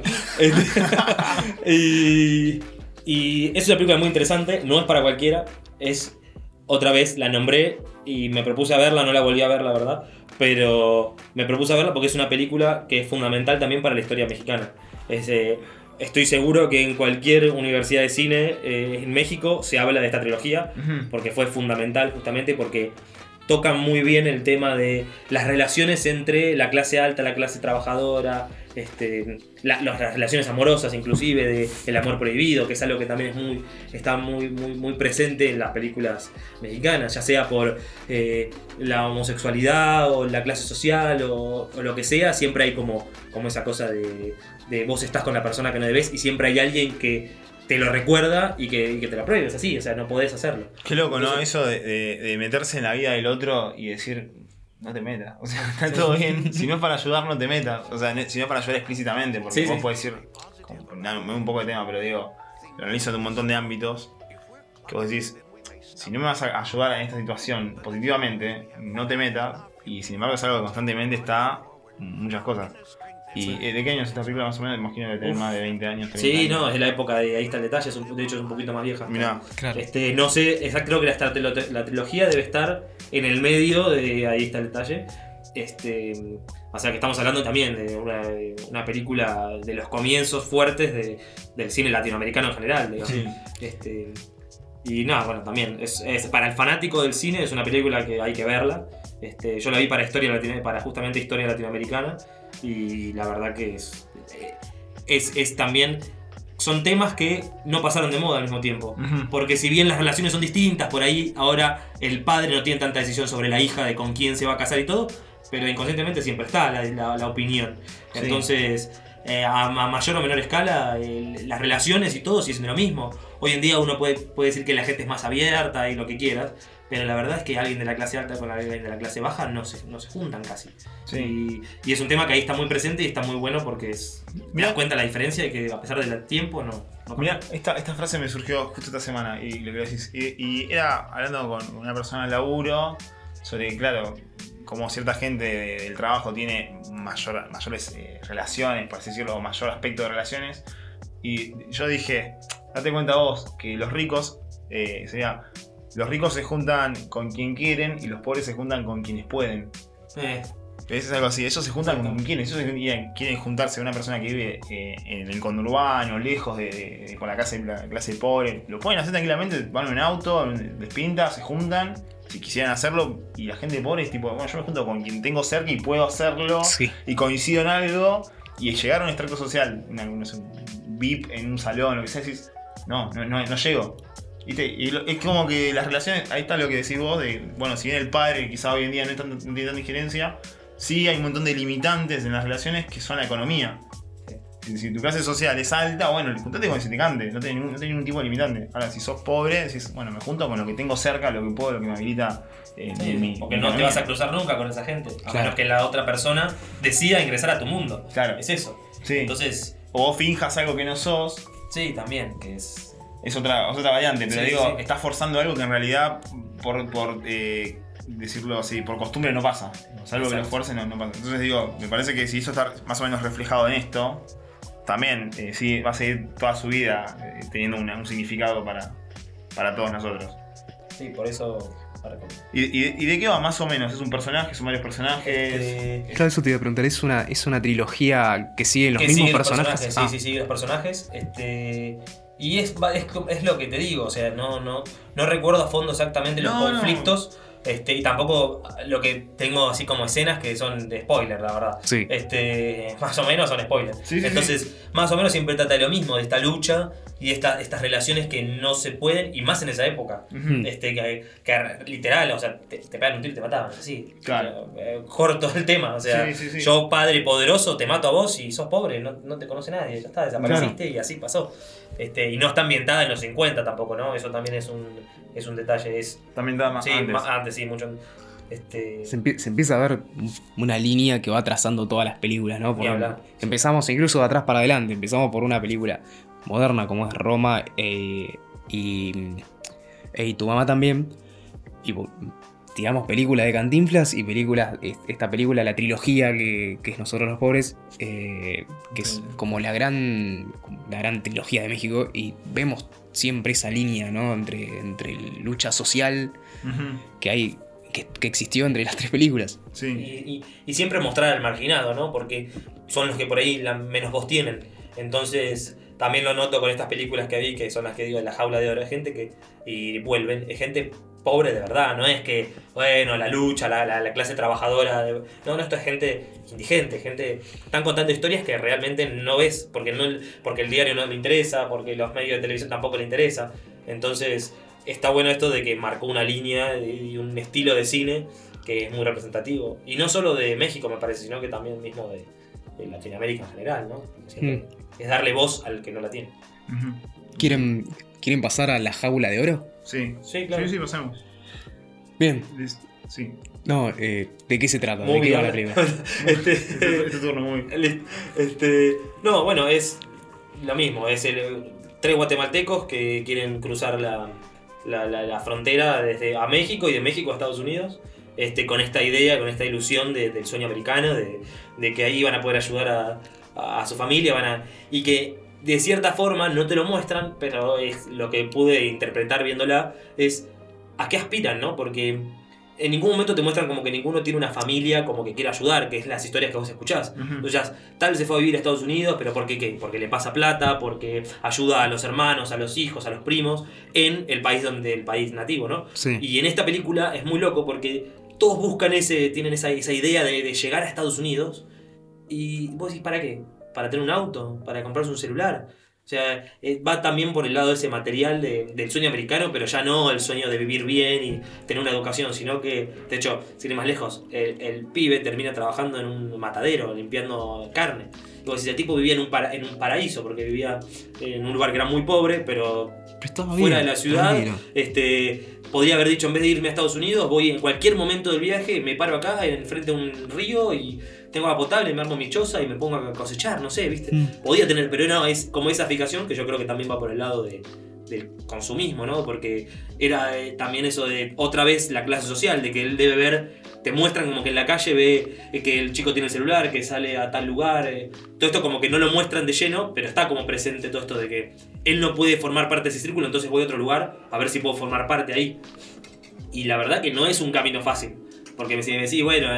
[SPEAKER 3] Y es una película muy interesante, no es para cualquiera. Otra vez la nombré y me propuse a verla, no la volví a ver, la verdad. Pero me propuse a verla porque es una película que es fundamental también para la historia mexicana. Estoy seguro que en cualquier universidad de cine en México se habla de esta trilogía, porque fue fundamental justamente porque tocan muy bien el tema de las relaciones entre la clase alta, la clase trabajadora, las relaciones amorosas inclusive, de el amor prohibido, que es algo que también está muy presente en las películas mexicanas, ya sea por la homosexualidad o la clase social o lo que sea, siempre hay como esa cosa de vos estás con la persona que no debes y siempre hay alguien que te lo recuerda y que te lo prohíbe, es así, o sea, no podés hacerlo.
[SPEAKER 2] Qué loco, ¿no? Eso de meterse en la vida del otro y decir, no te metas, o sea, está todo bien, si no es para ayudar, no te metas, o sea, si no es para ayudar explícitamente, porque vos podés decir, me voy un poco de tema, pero digo, lo analizo de un montón de ámbitos, que vos decís, si no me vas a ayudar en esta situación positivamente, no te metas, y sin embargo es algo que constantemente está en muchas cosas. ¿Y de qué años es esta película más o menos? Imagino que tiene más de 20 años, 30 años.
[SPEAKER 3] Sí, no, es la época de Ahí está el detalle, de hecho es un poquito más vieja.
[SPEAKER 2] Mirá.
[SPEAKER 1] Claro.
[SPEAKER 3] No sé, exacto, creo que la trilogía debe estar en el medio de Ahí está el detalle. O sea que estamos hablando también de una película de los comienzos fuertes del cine latinoamericano en general, digamos.
[SPEAKER 2] Sí.
[SPEAKER 3] Y nada, bueno, también es para el fanático del cine es una película que hay que verla. Yo la vi para justamente historia latinoamericana y la verdad que es también son temas que no pasaron de moda al mismo tiempo. Porque si bien las relaciones son distintas, por ahí ahora el padre no tiene tanta decisión sobre la hija de con quién se va a casar y todo, pero inconscientemente siempre está la opinión.
[SPEAKER 2] Sí.
[SPEAKER 3] Entonces, a mayor o menor escala, las relaciones y todo siguen siendo lo mismo. Hoy en día uno puede decir que la gente es más abierta y lo que quieras, pero la verdad es que alguien de la clase alta con alguien de la clase baja no se juntan casi.
[SPEAKER 2] Sí.
[SPEAKER 3] Y es un tema que ahí está muy presente y está muy bueno porque me das cuenta la diferencia de que a pesar del tiempo no
[SPEAKER 2] Mirá, esta frase me surgió justo esta semana y lo que decís. Y era hablando con una persona del laburo sobre, claro, como cierta gente del trabajo tiene mayores relaciones, por así decirlo, o mayor aspecto de relaciones. Y yo dije, date cuenta vos que los ricos, los ricos se juntan con quien quieren y los pobres se juntan con quienes pueden. Es algo así, ellos se juntan con quienes, ellos quieren juntarse con una persona que vive en el conurbano, lejos con la clase pobre. Lo pueden hacer tranquilamente, van en un auto, les pinta, se juntan, si quisieran hacerlo, y la gente pobre es tipo, bueno, yo me junto con quien tengo cerca y puedo hacerlo,
[SPEAKER 1] Sí.
[SPEAKER 2] y coincido en algo, y llegar a un extracto social, no sé, un VIP en un salón, lo que sea, decís, no llego. ¿Viste? Y es como que las relaciones, ahí está lo que decís vos, de, bueno, si bien el padre quizá hoy en día no tiene tanta injerencia, sí hay un montón de limitantes en las relaciones que son la economía. Si tu clase social es alta, bueno, juntate con el que se te cante, no tenés ningún tipo de limitante. Ahora, si sos pobre, decís, bueno, me junto con lo que tengo cerca, lo que puedo, lo que me habilita
[SPEAKER 3] porque no te vas a cruzar nunca con esa gente, a
[SPEAKER 1] Claro.
[SPEAKER 3] menos que la otra persona decida ingresar a tu mundo.
[SPEAKER 2] Claro.
[SPEAKER 3] Es eso.
[SPEAKER 2] Sí.
[SPEAKER 3] Entonces,
[SPEAKER 2] O vos finjas algo que no sos,
[SPEAKER 3] sí, también, que es...
[SPEAKER 2] es otra variante, pero
[SPEAKER 3] Sí,
[SPEAKER 2] digo,
[SPEAKER 3] sí.
[SPEAKER 2] estás forzando algo que en realidad, por decirlo así, por costumbre no pasa. O sea, algo que lo
[SPEAKER 3] Exacto.
[SPEAKER 2] fuerces no pasa. Entonces digo, me parece que si eso está más o menos reflejado en esto, también sí va a seguir toda su vida teniendo un significado para todos nosotros.
[SPEAKER 3] Sí, por eso...
[SPEAKER 2] ¿Y de qué va más o menos? ¿Es un personaje? ¿Son varios personajes?
[SPEAKER 1] Claro, eso te iba a preguntar, ¿es una trilogía que sigue los
[SPEAKER 3] que
[SPEAKER 1] mismos
[SPEAKER 3] sigue
[SPEAKER 1] personajes?
[SPEAKER 3] Sí, sigue los personajes. Y es lo que te digo, o sea, no recuerdo a fondo exactamente los conflictos. Y tampoco lo que tengo así como escenas que son de spoiler, la verdad.
[SPEAKER 1] Sí.
[SPEAKER 3] Más o menos son spoilers.
[SPEAKER 2] Sí,
[SPEAKER 3] Entonces, más o menos siempre trata de lo mismo, de esta lucha y estas relaciones que no se pueden, y más en esa época.
[SPEAKER 2] Ujú.
[SPEAKER 3] Que literal, o sea, te pegan un tiro y te mataban, así.
[SPEAKER 2] Claro.
[SPEAKER 3] Corto el tema, o sea,
[SPEAKER 2] Sí.
[SPEAKER 3] yo padre poderoso te mato a vos y sos pobre, no te conoce nadie, ya está, desapareciste y así pasó. Y no está ambientada en los 50 tampoco, ¿no? Eso también es un detalle.
[SPEAKER 2] También da más
[SPEAKER 3] Sí,
[SPEAKER 2] antes.
[SPEAKER 3] antes, sí, mucho.
[SPEAKER 1] Se empieza a ver una línea que va trazando todas las películas, ¿no?
[SPEAKER 3] Ni hablar.
[SPEAKER 1] Empezamos incluso de atrás para adelante. Empezamos por una película moderna como es Roma y Tu mamá también. Y tiramos películas de Cantinflas y esta película, la trilogía que es Nosotros los Pobres, que es como la gran trilogía de México, y vemos siempre esa línea, ¿no? entre lucha social
[SPEAKER 2] Ujú.
[SPEAKER 1] que existió entre las tres películas.
[SPEAKER 2] Sí.
[SPEAKER 3] Y siempre mostrar al marginado, ¿no? Porque son los que por ahí menos voz tienen. Entonces, también lo noto con estas películas que vi, que son las que digo, La Jaula de Oro. Hay gente y vuelven, es gente pobre de verdad, no es que, bueno, la lucha, la clase trabajadora. No, esto es gente indigente, gente. Están contando historias que realmente no ves, porque el diario no le interesa, porque los medios de televisión tampoco le interesa. Entonces, está bueno esto de que marcó una línea y un estilo de cine que es muy representativo. Y no solo de México, me parece, sino que también mismo de Latinoamérica en general, ¿no? Es darle voz al que no la tiene.
[SPEAKER 1] ¿Quieren pasar a la jaula de oro?
[SPEAKER 2] Sí,
[SPEAKER 3] claro.
[SPEAKER 2] Sí, pasemos.
[SPEAKER 1] Bien.
[SPEAKER 2] Sí.
[SPEAKER 1] No, ¿de qué se trata?
[SPEAKER 3] Muy
[SPEAKER 1] ¿De qué va
[SPEAKER 3] bien.
[SPEAKER 1] la película?
[SPEAKER 2] Este turno muy.
[SPEAKER 3] No, bueno, es lo mismo. Es tres guatemaltecos que quieren cruzar la frontera desde a México y de México a Estados Unidos. Con esta idea, con esta ilusión del sueño americano, de que ahí van a poder ayudar a su familia, y que de cierta forma no te lo muestran, pero es lo que pude interpretar viéndola, es a qué aspiran, ¿no? Porque en ningún momento te muestran como que ninguno tiene una familia como que quiere ayudar, que es las historias que vos escuchás. Entonces, tal vez se fue a vivir a Estados Unidos, pero ¿por qué qué? Porque le pasa plata, porque ayuda a los hermanos, a los hijos, a los primos, en el país nativo, ¿no?
[SPEAKER 1] Sí.
[SPEAKER 3] Y en esta película es muy loco porque todos buscan tienen esa idea de llegar a Estados Unidos. Y vos decís, ¿para qué? ¿Para tener un auto? ¿Para comprarse un celular? O sea, va también por el lado de ese material del sueño americano, pero ya no el sueño de vivir bien y tener una educación, sino que, de hecho, sin ir más lejos, el pibe termina trabajando en un matadero, limpiando carne. Y vos decís, el tipo vivía en un paraíso, porque vivía en un lugar que era muy pobre, pero fuera de la ciudad. Podría haber dicho, en vez de irme a Estados Unidos, voy en cualquier momento del viaje, me paro acá, enfrente de un río y tengo agua potable, me armo mi choza y me pongo a cosechar, no sé, ¿viste? Podía tener, pero no, es como esa fijación que yo creo que también va por el lado del consumismo, ¿no? Porque era también eso de, otra vez, la clase social, de que él debe ver, te muestran como que en la calle ve que el chico tiene el celular, que sale a tal lugar, todo esto como que no lo muestran de lleno, pero está como presente todo esto de que él no puede formar parte de ese círculo, entonces voy a otro lugar a ver si puedo formar parte ahí. Y la verdad que no es un camino fácil. Porque si me decís, bueno,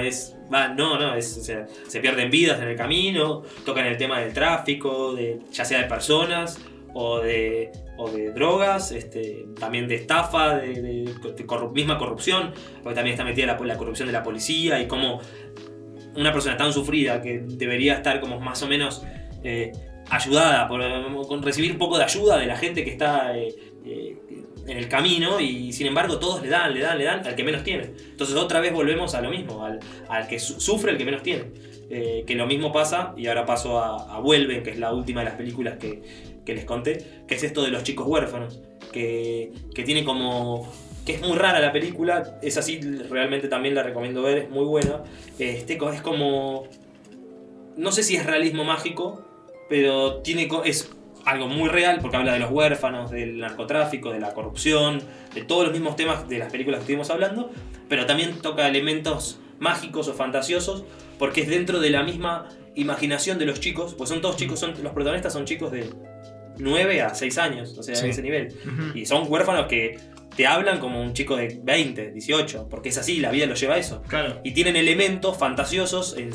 [SPEAKER 3] se pierden vidas en el camino, tocan el tema del tráfico, ya sea de personas o de drogas, también de estafa, de misma corrupción, porque también está metida la corrupción de la policía y cómo una persona tan sufrida que debería estar como más o menos ayudada, con recibir un poco de ayuda de la gente que está en el camino, y sin embargo todos le dan al que menos tiene. Entonces otra vez volvemos a lo mismo, al que sufre el que menos tiene. Que lo mismo pasa, y ahora paso a Vuelven, que es la última de las películas que les conté, que es esto de los chicos huérfanos, que tiene como... que es muy rara la película, es así, realmente también la recomiendo ver, es muy buena. Es como... no sé si es realismo mágico, pero es algo muy real, porque habla de los huérfanos, del narcotráfico, de la corrupción, de todos los mismos temas de las películas que estuvimos hablando, pero también toca elementos mágicos o fantasiosos, porque es dentro de la misma imaginación de los chicos, pues son todos chicos, los protagonistas son chicos de 9 a 6 años, o sea,
[SPEAKER 1] sí,
[SPEAKER 3] a ese nivel. Y son huérfanos que te hablan como un chico de 20, 18, porque es así, la vida lo lleva a eso.
[SPEAKER 2] Claro.
[SPEAKER 3] Y tienen elementos fantasiosos en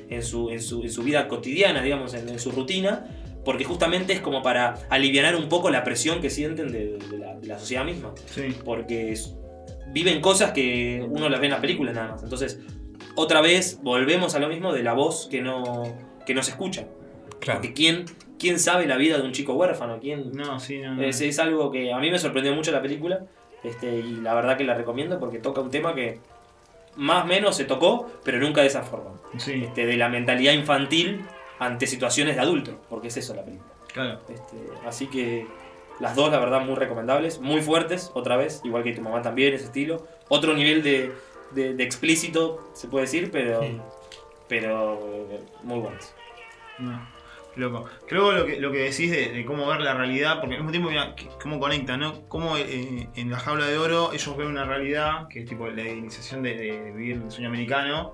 [SPEAKER 3] su vida cotidiana, digamos, en su rutina, porque justamente es como para alivianar un poco la presión que sienten de la sociedad misma.
[SPEAKER 2] Sí.
[SPEAKER 3] Porque viven cosas que uno las ve en las películas nada más. Entonces, otra vez volvemos a lo mismo de la voz que no se escucha.
[SPEAKER 1] Claro.
[SPEAKER 3] Porque ¿quién sabe la vida de un chico huérfano?
[SPEAKER 2] No.
[SPEAKER 3] Es algo que a mí me sorprendió mucho la película, y la verdad que la recomiendo porque toca un tema que más o menos se tocó, pero nunca de esa forma.
[SPEAKER 2] Sí.
[SPEAKER 3] De la mentalidad infantil ante situaciones de adulto, porque es eso la película.
[SPEAKER 2] Claro.
[SPEAKER 3] Así que las dos, la verdad, muy recomendables, muy fuertes, otra vez, igual que Tu mamá también, ese estilo. Otro nivel de explícito, se puede decir, pero muy buenos.
[SPEAKER 2] No. Loco. Creo lo que decís de cómo ver la realidad, porque al mismo tiempo, mira, cómo conecta, ¿no? Cómo en La Jaula de Oro ellos ven una realidad que es tipo la iniciación de vivir el sueño americano,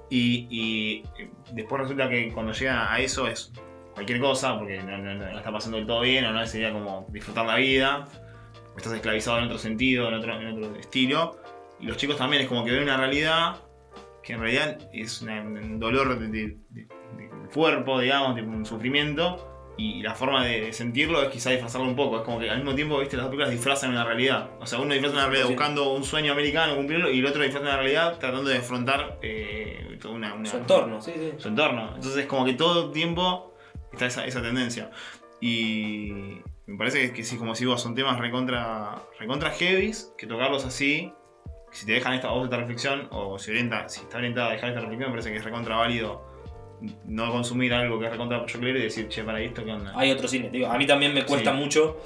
[SPEAKER 2] y después resulta que cuando llegan a eso es cualquier cosa, porque no está pasando del todo bien, o no sería como disfrutar la vida, o estás esclavizado en otro sentido, en otro estilo, y los chicos también es como que ven una realidad que en realidad es un dolor del cuerpo, digamos, tipo un sufrimiento, Y la forma de sentirlo es quizá disfrazarlo un poco. Es como que al mismo tiempo, viste, las dos películas disfrazan una realidad. O sea, uno disfraza una realidad buscando un sueño americano, cumplirlo, y el otro disfraza una realidad tratando de afrontar toda
[SPEAKER 3] su entorno, sí.
[SPEAKER 2] su entorno. Entonces, como que todo el tiempo está esa tendencia. Y me parece que sí, como si vos, son temas recontra heavies, que tocarlos así, si te dejan a vos esta reflexión, o si está orientada a dejar esta reflexión, me parece que es recontra válido no consumir algo que es recontra pochoclero y decir, che, para esto, ¿qué onda?
[SPEAKER 3] Hay otro cine, digo, a mí también me cuesta mucho,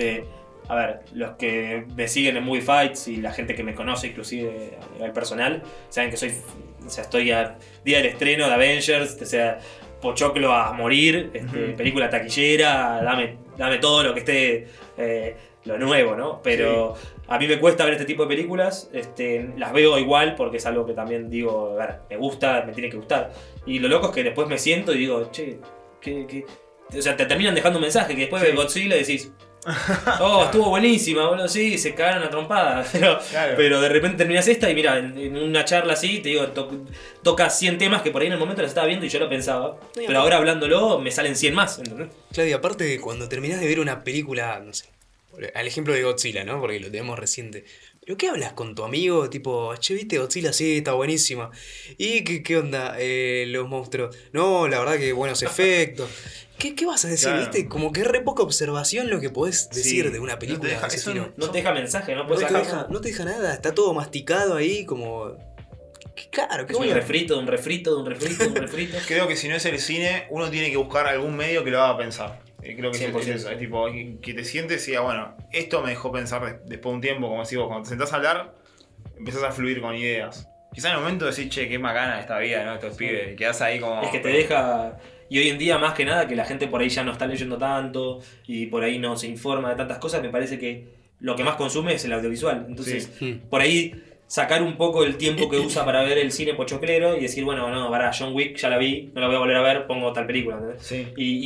[SPEAKER 3] a ver, los que me siguen en Movie Fights y la gente que me conoce, inclusive a nivel personal, saben que estoy a día del estreno de Avengers, o sea, pochoclo a morir, película taquillera, dame todo lo que esté, lo nuevo, ¿no? Pero a mí me cuesta ver este tipo de películas, las veo igual porque es algo que también digo, a ver, me gusta, me tiene que gustar. Y lo loco es que después me siento y digo, che, ¿qué? O sea, te terminan dejando un mensaje que después de Godzilla decís, oh, estuvo buenísima, boludo, sí, se cagaron a trompada. Pero de repente terminas esta y mira, en una charla así, te digo, toca 100 temas que por ahí en el momento los estaba viendo y yo lo pensaba. Pero ahora hablándolo me salen 100 más, ¿entendés?
[SPEAKER 1] Claro, y aparte cuando terminás de ver una película, no sé, al ejemplo de Godzilla, ¿no? Porque lo tenemos reciente. ¿Pero qué hablas con tu amigo? Tipo, che, ¿viste Godzilla? Sí, está buenísima. ¿Y qué onda los monstruos? No, la verdad que buenos efectos. ¿Qué vas a decir?
[SPEAKER 2] Claro.
[SPEAKER 1] ¿Viste? Como que es re poca observación lo que podés decir de una película.
[SPEAKER 2] No te deja-
[SPEAKER 1] de ese
[SPEAKER 2] eso
[SPEAKER 1] estilo.
[SPEAKER 3] No te deja mensaje, ¿no?
[SPEAKER 1] No
[SPEAKER 3] Puedes
[SPEAKER 1] te
[SPEAKER 3] sacarlo.
[SPEAKER 1] no te deja nada, está todo masticado ahí como... Claro, ¿qué
[SPEAKER 3] Es
[SPEAKER 1] voy
[SPEAKER 3] un
[SPEAKER 1] a...
[SPEAKER 3] refrito, de un refrito.
[SPEAKER 2] Creo que si no es el cine, uno tiene que buscar algún medio que lo haga pensar. Creo que es
[SPEAKER 3] 100%.
[SPEAKER 2] eso. Es tipo, que te sientes y diga, bueno, esto me dejó pensar después de un tiempo, como decís vos, cuando te sentás a hablar, empezás a fluir con ideas. Quizá en el momento decís, che, qué macana esta vida, ¿no? Estos pibes, y quedás ahí como...
[SPEAKER 3] Es que te deja... Y hoy en día, más que nada, que la gente por ahí ya no está leyendo tanto y por ahí no se informa de tantas cosas, me parece que lo que más consume es el audiovisual. Entonces, por ahí sacar un poco el tiempo que usa para ver el cine pochoclero y decir, bueno, no, para John Wick ya la vi, no la voy a volver a ver, pongo tal película, ¿entendés?
[SPEAKER 2] Sí.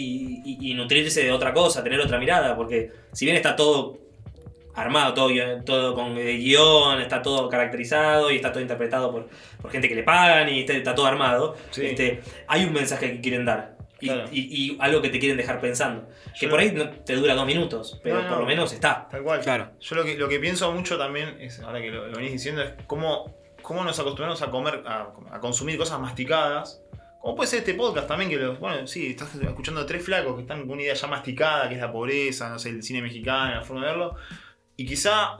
[SPEAKER 3] Y nutrirse de otra cosa, tener otra mirada, porque si bien está todo armado, todo con guión, está todo caracterizado y está todo interpretado por gente que le pagan y está todo armado,
[SPEAKER 2] Sí.
[SPEAKER 3] hay un mensaje que quieren dar.
[SPEAKER 2] Claro.
[SPEAKER 3] Y algo que te quieren dejar pensando. Que
[SPEAKER 2] Yo
[SPEAKER 3] por ahí no te dura 2 minutos, pero
[SPEAKER 2] No.
[SPEAKER 3] por lo menos está.
[SPEAKER 2] Tal cual.
[SPEAKER 1] Claro.
[SPEAKER 2] Yo lo que pienso mucho también, es, ahora que lo venís diciendo, es cómo nos acostumbramos a comer, a consumir cosas masticadas. Como puede ser este podcast también, que estás escuchando 3 flacos que están con una idea ya masticada, que es la pobreza, no sé, el cine mexicano, la forma de verlo. Y quizá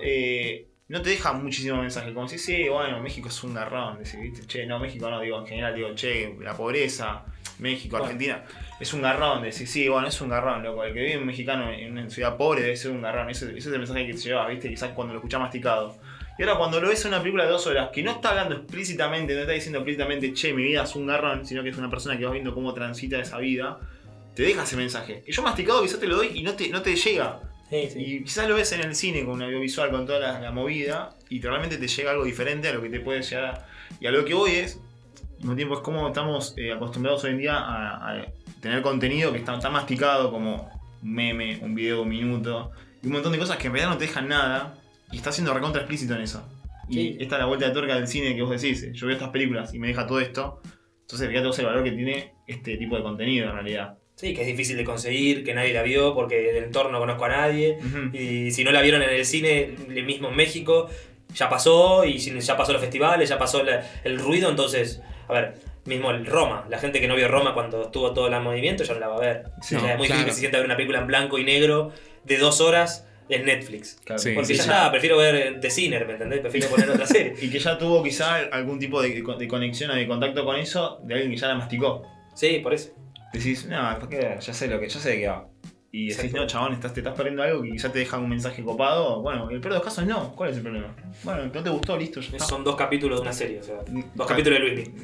[SPEAKER 2] no te deja muchísimo mensaje, como si sí, bueno, México es un garrón, decir, ¿viste? Che, no, México no, digo, en general, digo, che, la pobreza, México, Argentina, es un garrón, decir, sí, bueno, es un garrón, loco, el que vive un mexicano en una ciudad pobre debe ser un garrón, ese es el mensaje que te lleva, ¿viste? Quizás cuando lo escuchás masticado. Y ahora cuando lo ves en una película de 2 horas, que no está hablando explícitamente, no está diciendo explícitamente, che, mi vida es un garrón, sino que es una persona que vas viendo cómo transita esa vida, te deja ese mensaje. Y yo masticado quizás te lo doy y no te llega.
[SPEAKER 3] Sí.
[SPEAKER 2] Y quizás lo ves en el cine con un audiovisual, con toda la movida, y realmente te llega algo diferente a lo que te puede llegar. Y a lo que voy es, al mismo tiempo, es como estamos acostumbrados hoy en día a tener contenido que está masticado, como un meme, un video de 1 minuto, y un montón de cosas que en realidad no te dejan nada, y está siendo recontra explícito en eso. Y
[SPEAKER 3] Sí.
[SPEAKER 2] esta es la vuelta de tuerca del cine que vos decís, yo veo estas películas y me deja todo esto, entonces fíjate vos el valor que tiene este tipo de contenido en realidad.
[SPEAKER 3] Sí, que es difícil de conseguir, que nadie la vio porque del entorno no conozco a nadie.
[SPEAKER 2] Ujú.
[SPEAKER 3] Y si no la vieron en el cine, el mismo en México, ya pasó, y ya pasó los festivales, ya pasó el ruido, entonces, a ver, mismo el Roma, la gente que no vio Roma cuando estuvo todo el movimiento ya no la va a ver.
[SPEAKER 2] Sí,
[SPEAKER 3] O sea, es muy difícil
[SPEAKER 1] claro.
[SPEAKER 3] que se sienta a ver una película en blanco y negro de 2 horas en Netflix.
[SPEAKER 2] Claro.
[SPEAKER 1] Sí.
[SPEAKER 3] Porque ya está, prefiero ver The Sinner, ¿me entendés? Prefiero poner otra serie.
[SPEAKER 2] Y que ya tuvo quizá algún tipo de conexión o de contacto con eso, de alguien que ya la masticó.
[SPEAKER 3] Sí, por eso.
[SPEAKER 2] Decís, no, ¿por qué? Ya sé de qué va. Y decís,
[SPEAKER 3] Exacto.
[SPEAKER 2] no, chabón, te estás perdiendo algo que quizá te deja un mensaje copado. Bueno, el peor de los casos no. ¿Cuál es el problema? Bueno, no te gustó, listo, ya está.
[SPEAKER 3] Son 2 capítulos de una serie, o sea, 2
[SPEAKER 2] Claro.
[SPEAKER 3] capítulos de Luismi.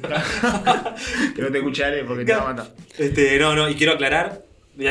[SPEAKER 2] Que no te escuche Ale porque te va a matar.
[SPEAKER 3] No, y quiero aclarar,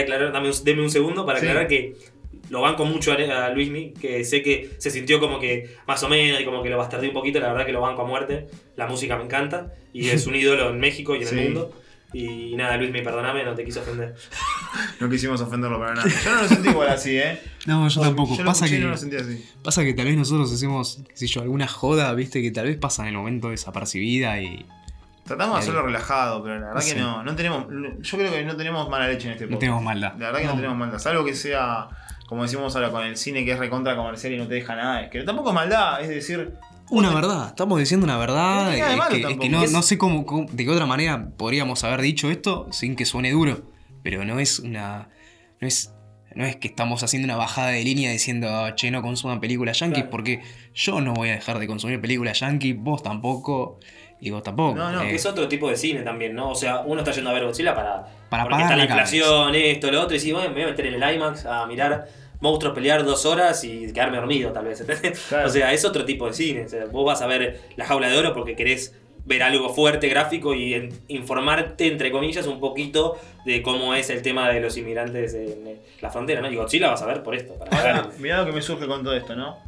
[SPEAKER 3] deme un segundo para
[SPEAKER 2] Sí.
[SPEAKER 3] aclarar que lo banco mucho a Luismi, que sé que se sintió como que más o menos y como que lo bastardé un poquito, la verdad que lo banco a muerte, la música me encanta y es un ídolo en México y en
[SPEAKER 2] Sí.
[SPEAKER 3] el mundo. Y nada, Luismi, perdóname, no te quise ofender.
[SPEAKER 2] No quisimos ofenderlo para nada. Yo no lo sentí igual así,
[SPEAKER 1] No, yo tampoco.
[SPEAKER 2] Yo lo
[SPEAKER 1] Pasa
[SPEAKER 2] escuché y
[SPEAKER 1] que,
[SPEAKER 2] no lo sentí así.
[SPEAKER 1] pasa que tal vez nosotros hacemos, qué sé yo, alguna joda, viste, que tal vez pasa en el momento desapercibida y
[SPEAKER 2] Tratamos de hacerlo relajado, pero la verdad que no tenemos. Yo creo que no tenemos mala leche en este podcast.
[SPEAKER 1] No tenemos maldad.
[SPEAKER 2] La verdad que no tenemos maldad. Salvo que sea, como decimos ahora con el cine, que es recontra comercial y no te deja nada. Es que tampoco es maldad, es decir.
[SPEAKER 1] Una verdad, estamos diciendo una verdad. Es que no sé de qué otra manera podríamos haber dicho esto sin que suene duro. Pero no es que estamos haciendo una bajada de línea diciendo, che, no consuman películas yankees, porque yo no voy a dejar de consumir películas yankees, vos tampoco. Y vos tampoco.
[SPEAKER 3] No, que es otro tipo de cine también, ¿no? O sea, uno está yendo a ver Godzilla porque
[SPEAKER 1] pagar
[SPEAKER 3] está la inflación, esto, lo otro, y decís, bueno, me voy a meter en el IMAX a mirar monstruos pelear 2 horas y quedarme dormido, tal vez, ¿entendés? Claro. O sea, es otro tipo de cine. O sea, vos vas a ver La Jaula de Oro porque querés ver algo fuerte, gráfico y informarte, entre comillas, un poquito de cómo es el tema de los inmigrantes en la frontera, ¿no? Y Godzilla vas a ver por esto.
[SPEAKER 2] Mirá lo que me surge con todo esto, ¿no?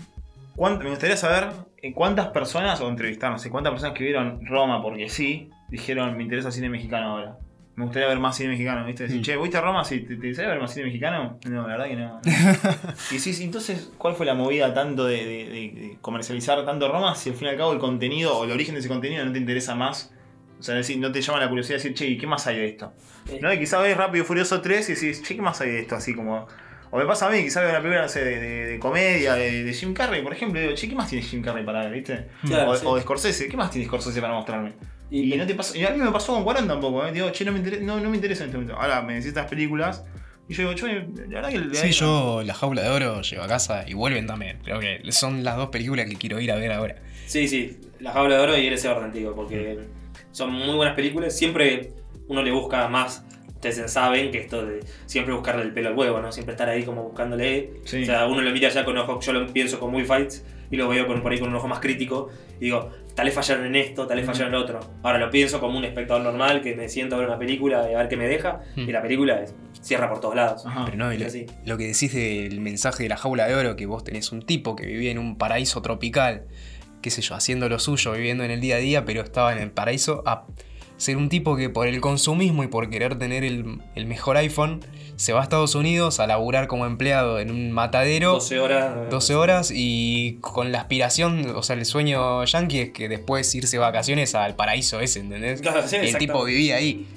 [SPEAKER 2] Me gustaría saber cuántas personas, o entrevistar, no sé, cuántas personas que vieron Roma porque sí, dijeron, me interesa cine mexicano ahora. Me gustaría ver más cine mexicano, ¿viste? Decir, che, ¿viste a Roma? ¿Sí? ¿Te gustaría ver más cine mexicano? No, la verdad que no. Y sí, entonces, ¿cuál fue la movida tanto de comercializar tanto Roma si al fin y al cabo el contenido o el origen de ese contenido no te interesa más? O sea, decir, no te llama la curiosidad de decir, che, ¿y qué más hay de esto? ¿No? Y quizás ves Rápido y Furioso 3 y decís, che, ¿qué más hay de esto? Así como... O me pasa a mí, quizás veo una película, no sé, de comedia, de Jim Carrey, por ejemplo, y digo, che, ¿qué más tiene Jim Carrey para ver, viste?
[SPEAKER 3] Claro,
[SPEAKER 2] o de Scorsese, ¿qué más tiene Scorsese para mostrarme? Y no te pasa, y a mí me pasó con Cuarón tampoco, digo, che, no me interesa en este momento. Ahora me decís estas películas, y yo digo, che, la verdad que...
[SPEAKER 1] Sí, yo La Jaula de Oro llevo a casa y Vuelven también. Creo que son las 2 películas que quiero ir a ver ahora.
[SPEAKER 3] Sí, La Jaula de Oro y ese orden, tío, porque son muy buenas películas. Siempre uno le busca más. Ustedes saben que esto de siempre buscarle el pelo al huevo, ¿no? Siempre estar ahí como buscándole.
[SPEAKER 2] Sí.
[SPEAKER 3] O sea, uno lo mira ya con ojos, yo lo pienso con Movie Fights y lo veo por ahí con un ojo más crítico y digo, tal vez fallaron en esto, tal vez fallaron en lo otro. Ahora lo pienso como un espectador normal que me siento a ver una película y a ver qué me deja y la película cierra por todos lados.
[SPEAKER 2] Ajá.
[SPEAKER 1] Pero no, lo que decís del mensaje de La Jaula de Oro, que vos tenés un tipo que vivía en un paraíso tropical, qué sé yo, haciendo lo suyo, viviendo en el día a día, pero estaba en el paraíso a ser un tipo que por el consumismo y por querer tener el mejor iPhone se va a Estados Unidos a laburar como empleado en un matadero 12 horas y con la aspiración, o sea, el sueño yankee es que después irse de vacaciones al paraíso ese, ¿entendés?
[SPEAKER 3] Claro, sí,
[SPEAKER 1] el tipo vivía ahí.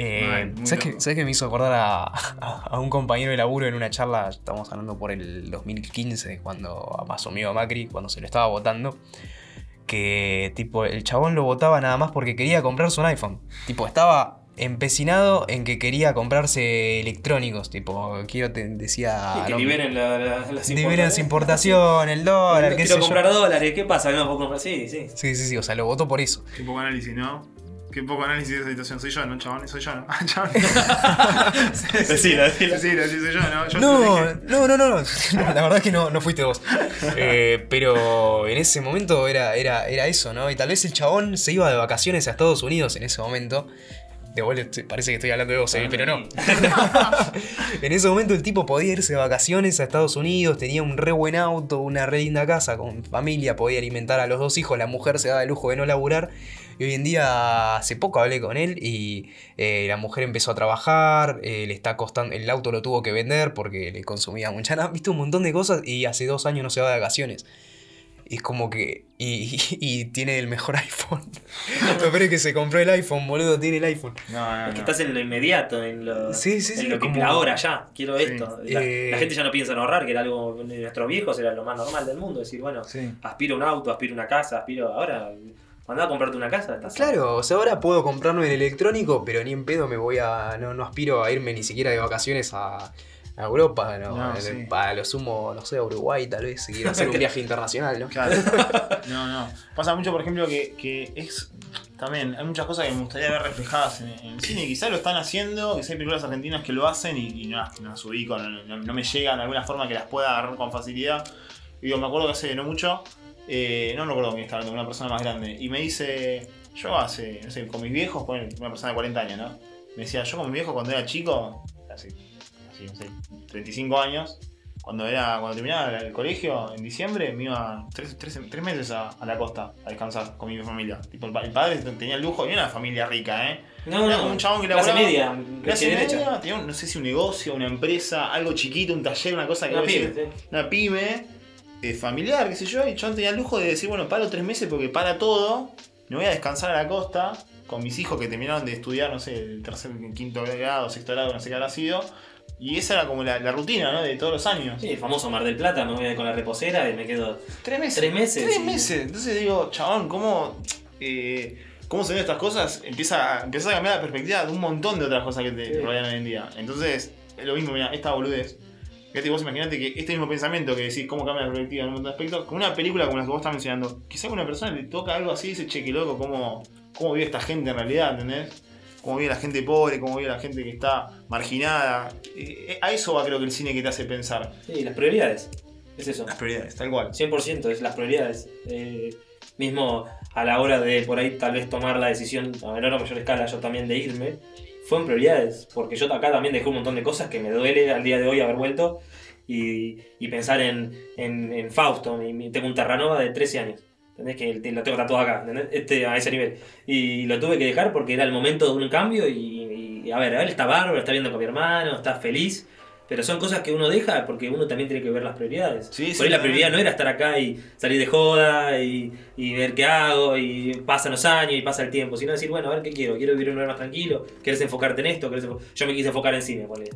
[SPEAKER 1] ¿Sabes qué me hizo acordar a un compañero de laburo en una charla? Estamos hablando por el 2015, cuando asumió Macri, cuando se lo estaba votando. Que tipo el chabón lo votaba nada más porque quería comprarse un iPhone. Tipo, estaba empecinado en que quería comprarse electrónicos. Tipo, decía...
[SPEAKER 3] Y que liberen
[SPEAKER 2] las
[SPEAKER 1] importaciones, el dólar, qué sé yo.
[SPEAKER 3] Quiero comprar dólares, ¿qué pasa? No puedo comprar. Sí,
[SPEAKER 1] o sea, lo votó por eso.
[SPEAKER 2] Qué poco análisis, ¿no? Qué poco análisis de esa situación. Soy yo, ¿no, chabón? Soy yo, ¿no? Chabón.
[SPEAKER 3] Decilo.
[SPEAKER 2] Sí, soy yo, ¿no?
[SPEAKER 1] No. La verdad es que no fuiste vos. Pero en ese momento era eso, ¿no? Y tal vez el chabón se iba de vacaciones a Estados Unidos en ese momento. De vuelta, parece que estoy hablando de vos, pero no. En ese momento el tipo podía irse de vacaciones a Estados Unidos, tenía un re buen auto, una re linda casa con familia, podía alimentar a los 2 hijos, la mujer se daba el lujo de no laburar. Y hoy en día, hace poco hablé con él y la mujer empezó a trabajar, le está costando, el auto lo tuvo que vender porque le consumía mucha nada, viste, un montón de cosas y hace 2 años no se va de vacaciones. Y es como que... Y tiene el mejor iPhone. Lo peor es que se compró el iPhone, boludo, tiene el iPhone.
[SPEAKER 3] Es que estás en lo inmediato, en lo que
[SPEAKER 1] como...
[SPEAKER 3] ahora ya, quiero esto. La gente ya no piensa en ahorrar, que era algo de nuestros viejos, era lo más normal del mundo. Decir, bueno, aspiro a un auto, aspiro a una casa, ahora... Andá a comprarte una casa, estás...
[SPEAKER 1] Claro, o sea, ahora puedo comprarme el electrónico, pero ni en pedo me voy a... No aspiro a irme ni siquiera de vacaciones a Europa, para lo sumo, no sé, a Uruguay tal vez, si quiero hacer un viaje internacional, ¿no?
[SPEAKER 2] Claro. No. Pasa mucho, por ejemplo, que es... También hay muchas cosas que me gustaría ver reflejadas en el cine. Quizás lo están haciendo, quizás hay películas argentinas que lo hacen y no las ubico, no me llegan de alguna forma que las pueda agarrar con facilidad. Y digo, me acuerdo que hace no mucho... no recuerdo quién estaba hablando, una persona más grande. Y me dice, yo hace, no sé, con mis viejos, una persona de 40 años, ¿no? Me decía, yo con mis viejos cuando era chico, así no sé, 35 años, cuando terminaba el colegio en diciembre, me iba 3 meses a la costa a descansar con mi familia. Tipo, el padre tenía el lujo, y era una familia rica, ¿eh? Era como un chabón que
[SPEAKER 3] clase
[SPEAKER 2] laburaba.
[SPEAKER 3] media,
[SPEAKER 2] clase media, tenía, no sé si un negocio, una empresa, algo chiquito, un taller, una cosa que... Una pyme. Familiar, qué sé yo, y yo tenía el lujo de decir, bueno, paro 3 meses porque para todo, me voy a descansar a la costa, con mis hijos que terminaron de estudiar, no sé, el tercer, quinto grado, sexto grado, no sé qué habrá sido. Y esa era como la rutina, ¿no? De todos los años.
[SPEAKER 3] Sí, el famoso Mar del Plata, me voy con la reposera y me quedo
[SPEAKER 2] 3 meses.
[SPEAKER 3] 3 meses.
[SPEAKER 2] 3 meses. Entonces digo, chabón, ¿cómo se ven estas cosas? Empieza a cambiar la perspectiva de un montón de otras cosas que te rodean hoy en día. Entonces, es lo mismo, mira, esta boludez. Fíjate, vos imaginate que este mismo pensamiento que decís cómo cambia la perspectiva en un montón de aspectos, con una película como la que vos estás mencionando, quizá a una persona le toca algo así y dice, che, qué loco, cómo vive esta gente en realidad, ¿entendés? Cómo vive la gente pobre, cómo vive la gente que está marginada. A eso va, creo que el cine que te hace pensar.
[SPEAKER 3] Sí, las prioridades. Es eso.
[SPEAKER 2] Las prioridades, tal cual.
[SPEAKER 3] 100% es las prioridades. Mismo a la hora de por ahí tal vez tomar la decisión a menor o mayor escala yo también de irme, fueron prioridades. Porque yo acá también dejé un montón de cosas que me duele al día de hoy haber vuelto y pensar en Fausto. Tengo un Terranova de 13 años. ¿Entendés? Que lo tengo tatuado acá, ¿entendés? A ese nivel. Y lo tuve que dejar porque era el momento de un cambio y a ver, él está bárbaro, está viendo con mi hermano, está feliz. Pero son cosas que uno deja porque uno también tiene que ver las prioridades.
[SPEAKER 2] Sí,
[SPEAKER 3] por ahí la prioridad no era estar acá y salir de joda y ver qué hago y pasan los años y pasa el tiempo, sino decir, bueno, a ver qué quiero vivir un lugar más tranquilo, querés enfocarte en esto, yo me quise enfocar en cine, ponle.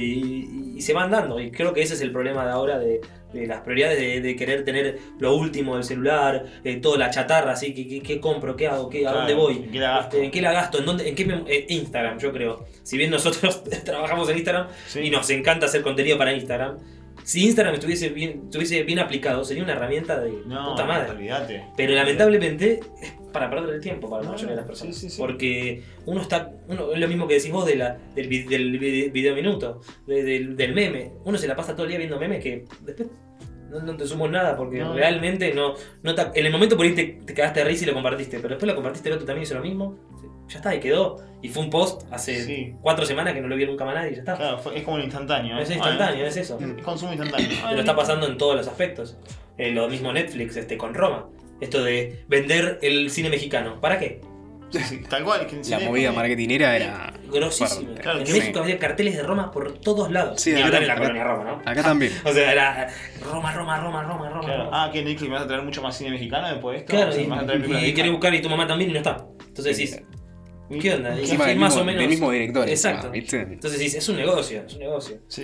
[SPEAKER 3] Y se van dando, y creo que ese es el problema de ahora de las prioridades de querer tener lo último del celular, toda la chatarra, así, ¿qué compro? ¿Qué hago? ¿A dónde voy?
[SPEAKER 2] ¿En qué la gasto?
[SPEAKER 3] ¿En qué la gasto? Instagram, yo creo. Si bien nosotros trabajamos en Instagram y nos encanta hacer contenido para Instagram, si Instagram estuviese bien aplicado, sería una herramienta de puta madre.
[SPEAKER 2] Olvídate.
[SPEAKER 3] Pero lamentablemente es para perder el tiempo para la mayoría de las personas.
[SPEAKER 2] Sí.
[SPEAKER 3] Porque uno es lo mismo que decís vos del video minuto, del meme. Uno se la pasa todo el día viendo memes que después no te sumo nada porque realmente no en el momento por ahí te cagaste de risa y lo compartiste, pero después lo compartiste, el otro también hizo lo mismo. Ya está, y quedó. Y fue un post hace 4 semanas que no lo vio nunca más nadie y ya está.
[SPEAKER 2] Claro, es como un instantáneo.
[SPEAKER 3] Es instantáneo, es eso.
[SPEAKER 2] Es consumo instantáneo.
[SPEAKER 3] Pero está pasando en todos los aspectos. Lo mismo Netflix con Roma. Esto de vender el cine mexicano. ¿Para qué?
[SPEAKER 2] Sí, tal cual.
[SPEAKER 1] La movida marketinera era
[SPEAKER 3] grosísima.
[SPEAKER 2] Claro,
[SPEAKER 3] en México había carteles de Roma por todos lados.
[SPEAKER 1] Sí,
[SPEAKER 3] y
[SPEAKER 1] acá
[SPEAKER 3] en la
[SPEAKER 1] acá-
[SPEAKER 3] colonia Roma, ¿no?
[SPEAKER 1] Acá también.
[SPEAKER 3] O sea, era Roma.
[SPEAKER 2] Claro. Que Netflix me vas a traer mucho más cine mexicano después de esto.
[SPEAKER 3] Claro,
[SPEAKER 2] O sea, me vas a traer películas
[SPEAKER 3] y querés
[SPEAKER 2] mexicanas.
[SPEAKER 3] buscar y tu mamá también y no está. Entonces decís, ¿qué onda? Y
[SPEAKER 1] Encima del
[SPEAKER 3] más
[SPEAKER 1] mismo-
[SPEAKER 3] o menos.
[SPEAKER 1] del mismo director,
[SPEAKER 3] Exacto.
[SPEAKER 1] encima, ¿viste?
[SPEAKER 3] Entonces decís, es un negocio.
[SPEAKER 2] Sí.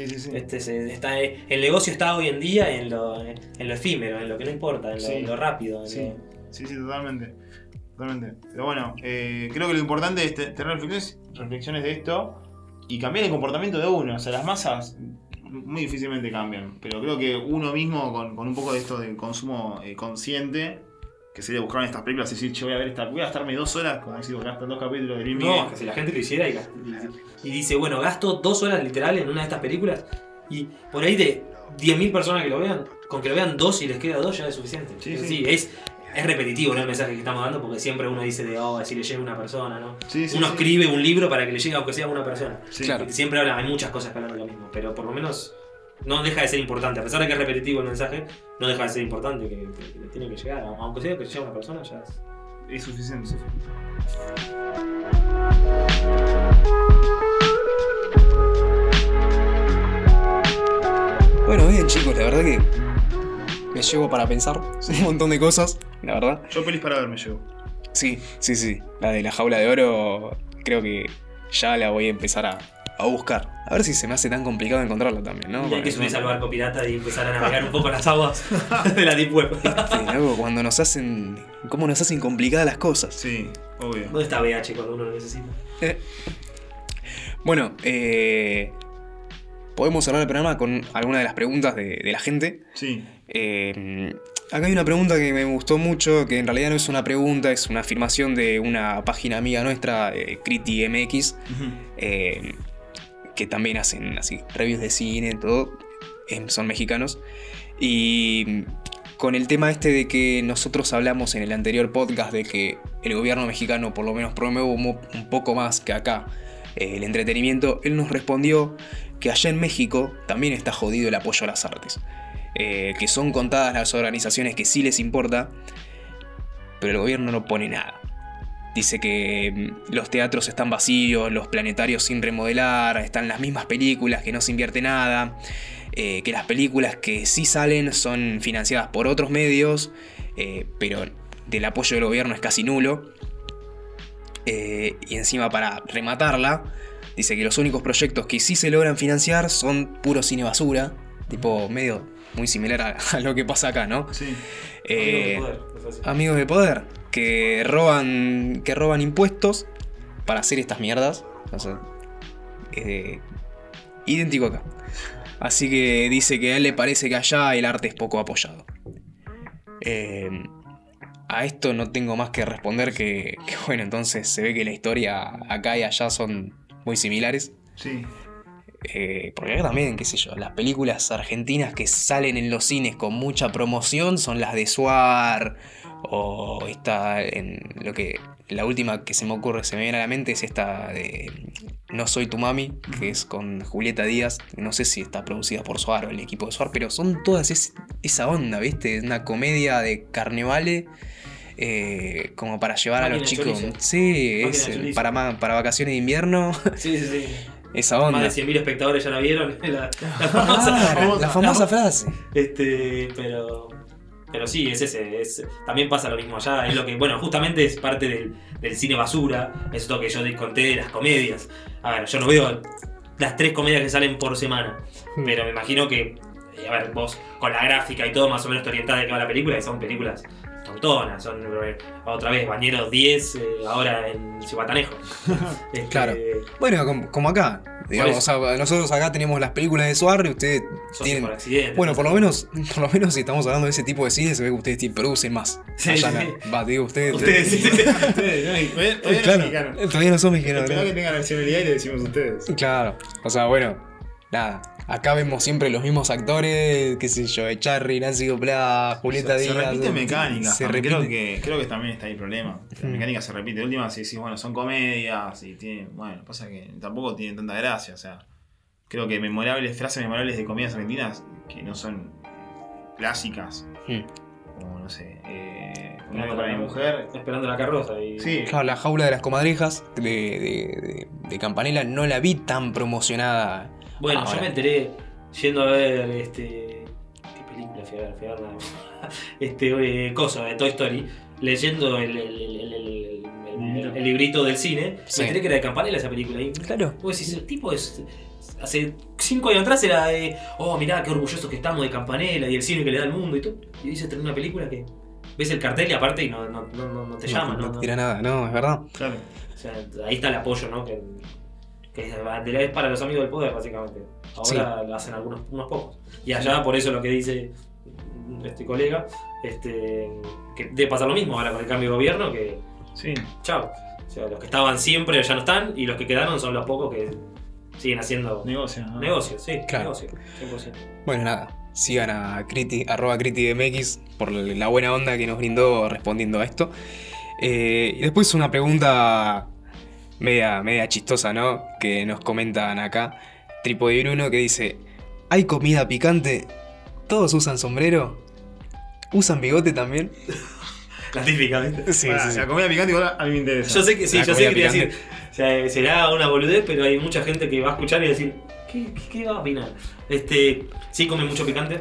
[SPEAKER 3] El negocio está hoy en día en lo efímero, en lo que no importa, en lo rápido.
[SPEAKER 2] Sí, totalmente. Pero bueno, creo que lo importante es tener reflexiones de esto y cambiar el comportamiento de uno. O sea, las masas muy difícilmente cambian. Pero creo que uno mismo, con un poco de esto del consumo consciente, que sería buscar en estas películas y decir, che, voy a gastarme 2 horas, como decir, gastan 2 capítulos de Luis Miguel.
[SPEAKER 3] No, que si la gente lo hiciera y dice, bueno, gasto 2 horas literal en una de estas películas y por ahí de 10.000 personas que lo vean, con que lo vean 2 y les queda 2 ya es suficiente.
[SPEAKER 2] Sí.
[SPEAKER 3] Es repetitivo, ¿no? El mensaje que estamos dando porque siempre uno dice si le llega a una persona, ¿no?
[SPEAKER 2] Sí,
[SPEAKER 3] uno escribe un libro para que le llegue aunque sea a una persona.
[SPEAKER 2] Sí.
[SPEAKER 1] Claro.
[SPEAKER 3] Y siempre hay muchas cosas que hablan de lo mismo, pero por lo menos no deja de ser importante. A pesar de que es repetitivo el mensaje, no deja de ser importante que le tiene que llegar. Aunque sea que llegue a una persona, ya
[SPEAKER 2] Es suficiente.
[SPEAKER 1] Bueno, bien chicos, la verdad que me llevo para pensar un montón de cosas, la verdad.
[SPEAKER 2] Yo pelis para ver me llevo.
[SPEAKER 1] Sí. La de la jaula de oro creo que ya la voy a empezar a buscar. A ver si se me hace tan complicado encontrarla también, ¿no?
[SPEAKER 3] Y hay que
[SPEAKER 1] Porque,
[SPEAKER 3] subirse al barco pirata y empezar a navegar un poco las aguas de la Deep Web.
[SPEAKER 1] algo cuando nos hacen... ¿Cómo nos hacen complicadas las cosas?
[SPEAKER 2] Sí, obvio.
[SPEAKER 3] ¿Dónde está BH cuando uno lo necesita?
[SPEAKER 1] Bueno, podemos cerrar el programa con alguna de las preguntas de la gente.
[SPEAKER 2] Sí.
[SPEAKER 1] Acá hay una pregunta que me gustó mucho, que en realidad no es una pregunta, es una afirmación de una página amiga nuestra, Criti MX, que también hacen así reviews de cine, todo, son mexicanos. Y con el tema este de que nosotros hablamos en el anterior podcast de que el gobierno mexicano por lo menos promueve un poco más que acá el entretenimiento, él nos respondió que allá en México también está jodido el apoyo a las artes. Que son contadas las organizaciones que sí les importa, pero el gobierno no pone nada. Dice que los teatros están vacíos, los planetarios sin remodelar, están las mismas películas, que no se invierte nada, que las películas que sí salen son financiadas por otros medios, pero del apoyo del gobierno es casi nulo. Y encima, para rematarla, dice que los únicos proyectos que sí se logran financiar son puro cine basura, tipo medio muy similar a lo que pasa acá, ¿no?
[SPEAKER 2] Sí.
[SPEAKER 1] Amigos de poder, que roban impuestos para hacer estas mierdas. O sea, idéntico acá. Así que dice que a él le parece que allá el arte es poco apoyado. A esto no tengo más que responder que bueno, entonces se ve que la historia acá y allá son muy similares.
[SPEAKER 2] Sí.
[SPEAKER 1] Porque acá también, qué sé yo, las películas argentinas que salen en los cines con mucha promoción son las de Suar, o esta, la última que se me ocurre, se me viene a la mente, es esta de No soy tu mami, que es con Julieta Díaz. No sé si está producida por Suar o el equipo de Suar, pero son todas esa onda, ¿viste? Una comedia de carnevales, como para llevar a los chicos.
[SPEAKER 3] Chorizo.
[SPEAKER 1] Sí,
[SPEAKER 3] Máquina
[SPEAKER 1] es
[SPEAKER 3] chorizo.
[SPEAKER 1] para vacaciones de invierno.
[SPEAKER 3] Sí.
[SPEAKER 1] Esa onda.
[SPEAKER 3] Más de 100.000 espectadores ya la vieron. La
[SPEAKER 1] Claro, la famosa frase.
[SPEAKER 3] Pero sí, es ese. También pasa lo mismo allá. Es lo que, bueno, justamente es parte del cine basura. Es esto que yo te conté de las comedias. A ver, yo no veo las 3 comedias que salen por semana. Pero me imagino que, a ver, vos con la gráfica y todo más o menos te orientás de qué va la película, y son películas tontonas. Son otra vez Bañeros 10, ahora en Cihuatanejo.
[SPEAKER 1] Claro. Bueno, como acá. Digamos, o sea, nosotros acá tenemos las películas de Suar y ustedes tienen.
[SPEAKER 3] Por accidente.
[SPEAKER 1] Bueno, por lo menos si estamos hablando de ese tipo de cine, se ve que ustedes producen más.
[SPEAKER 3] Sí,
[SPEAKER 1] Allá
[SPEAKER 3] sí.
[SPEAKER 1] digo ustedes.
[SPEAKER 3] Ustedes, sí.
[SPEAKER 2] Ustedes,
[SPEAKER 1] Todavía no son mexicanos.
[SPEAKER 2] Esperá que tengan nacionalidad y le decimos ustedes.
[SPEAKER 1] Claro. O sea, bueno, nada. Acá vemos siempre los mismos actores, qué sé yo, Echarri, Nancy Duplá, Julieta
[SPEAKER 2] Se
[SPEAKER 1] Díaz.
[SPEAKER 2] repite mecánica.
[SPEAKER 1] Se
[SPEAKER 2] Creo
[SPEAKER 1] repite.
[SPEAKER 2] que también está ahí el problema. La mecánica se repite. De última, si decís, bueno, son comedias y tienen. Bueno, pasa que tampoco tienen tanta gracia. O sea, creo que frases memorables de comedias argentinas que no son clásicas. Como, no sé, Un novio para mi mujer.
[SPEAKER 3] Esperando la carroza. Y...
[SPEAKER 2] Sí.
[SPEAKER 1] Claro, La jaula de las comadrejas de Campanella no la vi tan promocionada.
[SPEAKER 3] Bueno,
[SPEAKER 1] ahora.
[SPEAKER 3] yo me enteré yendo a ver ¿qué película fui a ver? Coso de Toy Story, leyendo el librito del cine,
[SPEAKER 1] Sí.
[SPEAKER 3] me enteré que era de Campanella esa película. Y
[SPEAKER 1] Claro.
[SPEAKER 3] vos decís, el tipo es. Hace 5 años atrás era de. Oh, mirá qué orgullosos que estamos de Campanella y el cine que le da al mundo y todo. Y dice tener una película que. Ves el cartel y aparte y no te llama,
[SPEAKER 1] No tira nada, no, es verdad.
[SPEAKER 2] Claro.
[SPEAKER 3] O sea, ahí está el apoyo, ¿no? Que es para los amigos del poder, básicamente. Ahora lo hacen unos pocos. Y allá, por eso lo que dice este colega, que debe pasar lo mismo ahora con el cambio de gobierno, que
[SPEAKER 2] Sí.
[SPEAKER 3] chao. O sea, los que estaban siempre ya no están, y los que quedaron son los pocos que siguen haciendo
[SPEAKER 2] Negocio. ¿no?
[SPEAKER 3] negocios, sí,
[SPEAKER 1] Claro.
[SPEAKER 3] negocio, 100%.
[SPEAKER 1] Bueno, nada. Sigan a @CritiDMX por la buena onda que nos brindó respondiendo a esto. Y después una pregunta media chistosa, ¿no? Que nos comentan acá. Trípode Bruno, que dice: ¿hay comida picante? ¿Todos usan sombrero? ¿Usan bigote también?
[SPEAKER 3] La típica, ¿viste?
[SPEAKER 1] Sí,
[SPEAKER 2] Bueno,
[SPEAKER 1] sí, sí.
[SPEAKER 2] La comida picante igual a mí me interesa.
[SPEAKER 3] Yo sé que sí,
[SPEAKER 1] La
[SPEAKER 3] yo sé que
[SPEAKER 1] comida
[SPEAKER 3] quería decir. O sea, será una boludez, pero hay mucha gente que va a escuchar y decir, ¿qué va a opinar? Sí come mucho picante.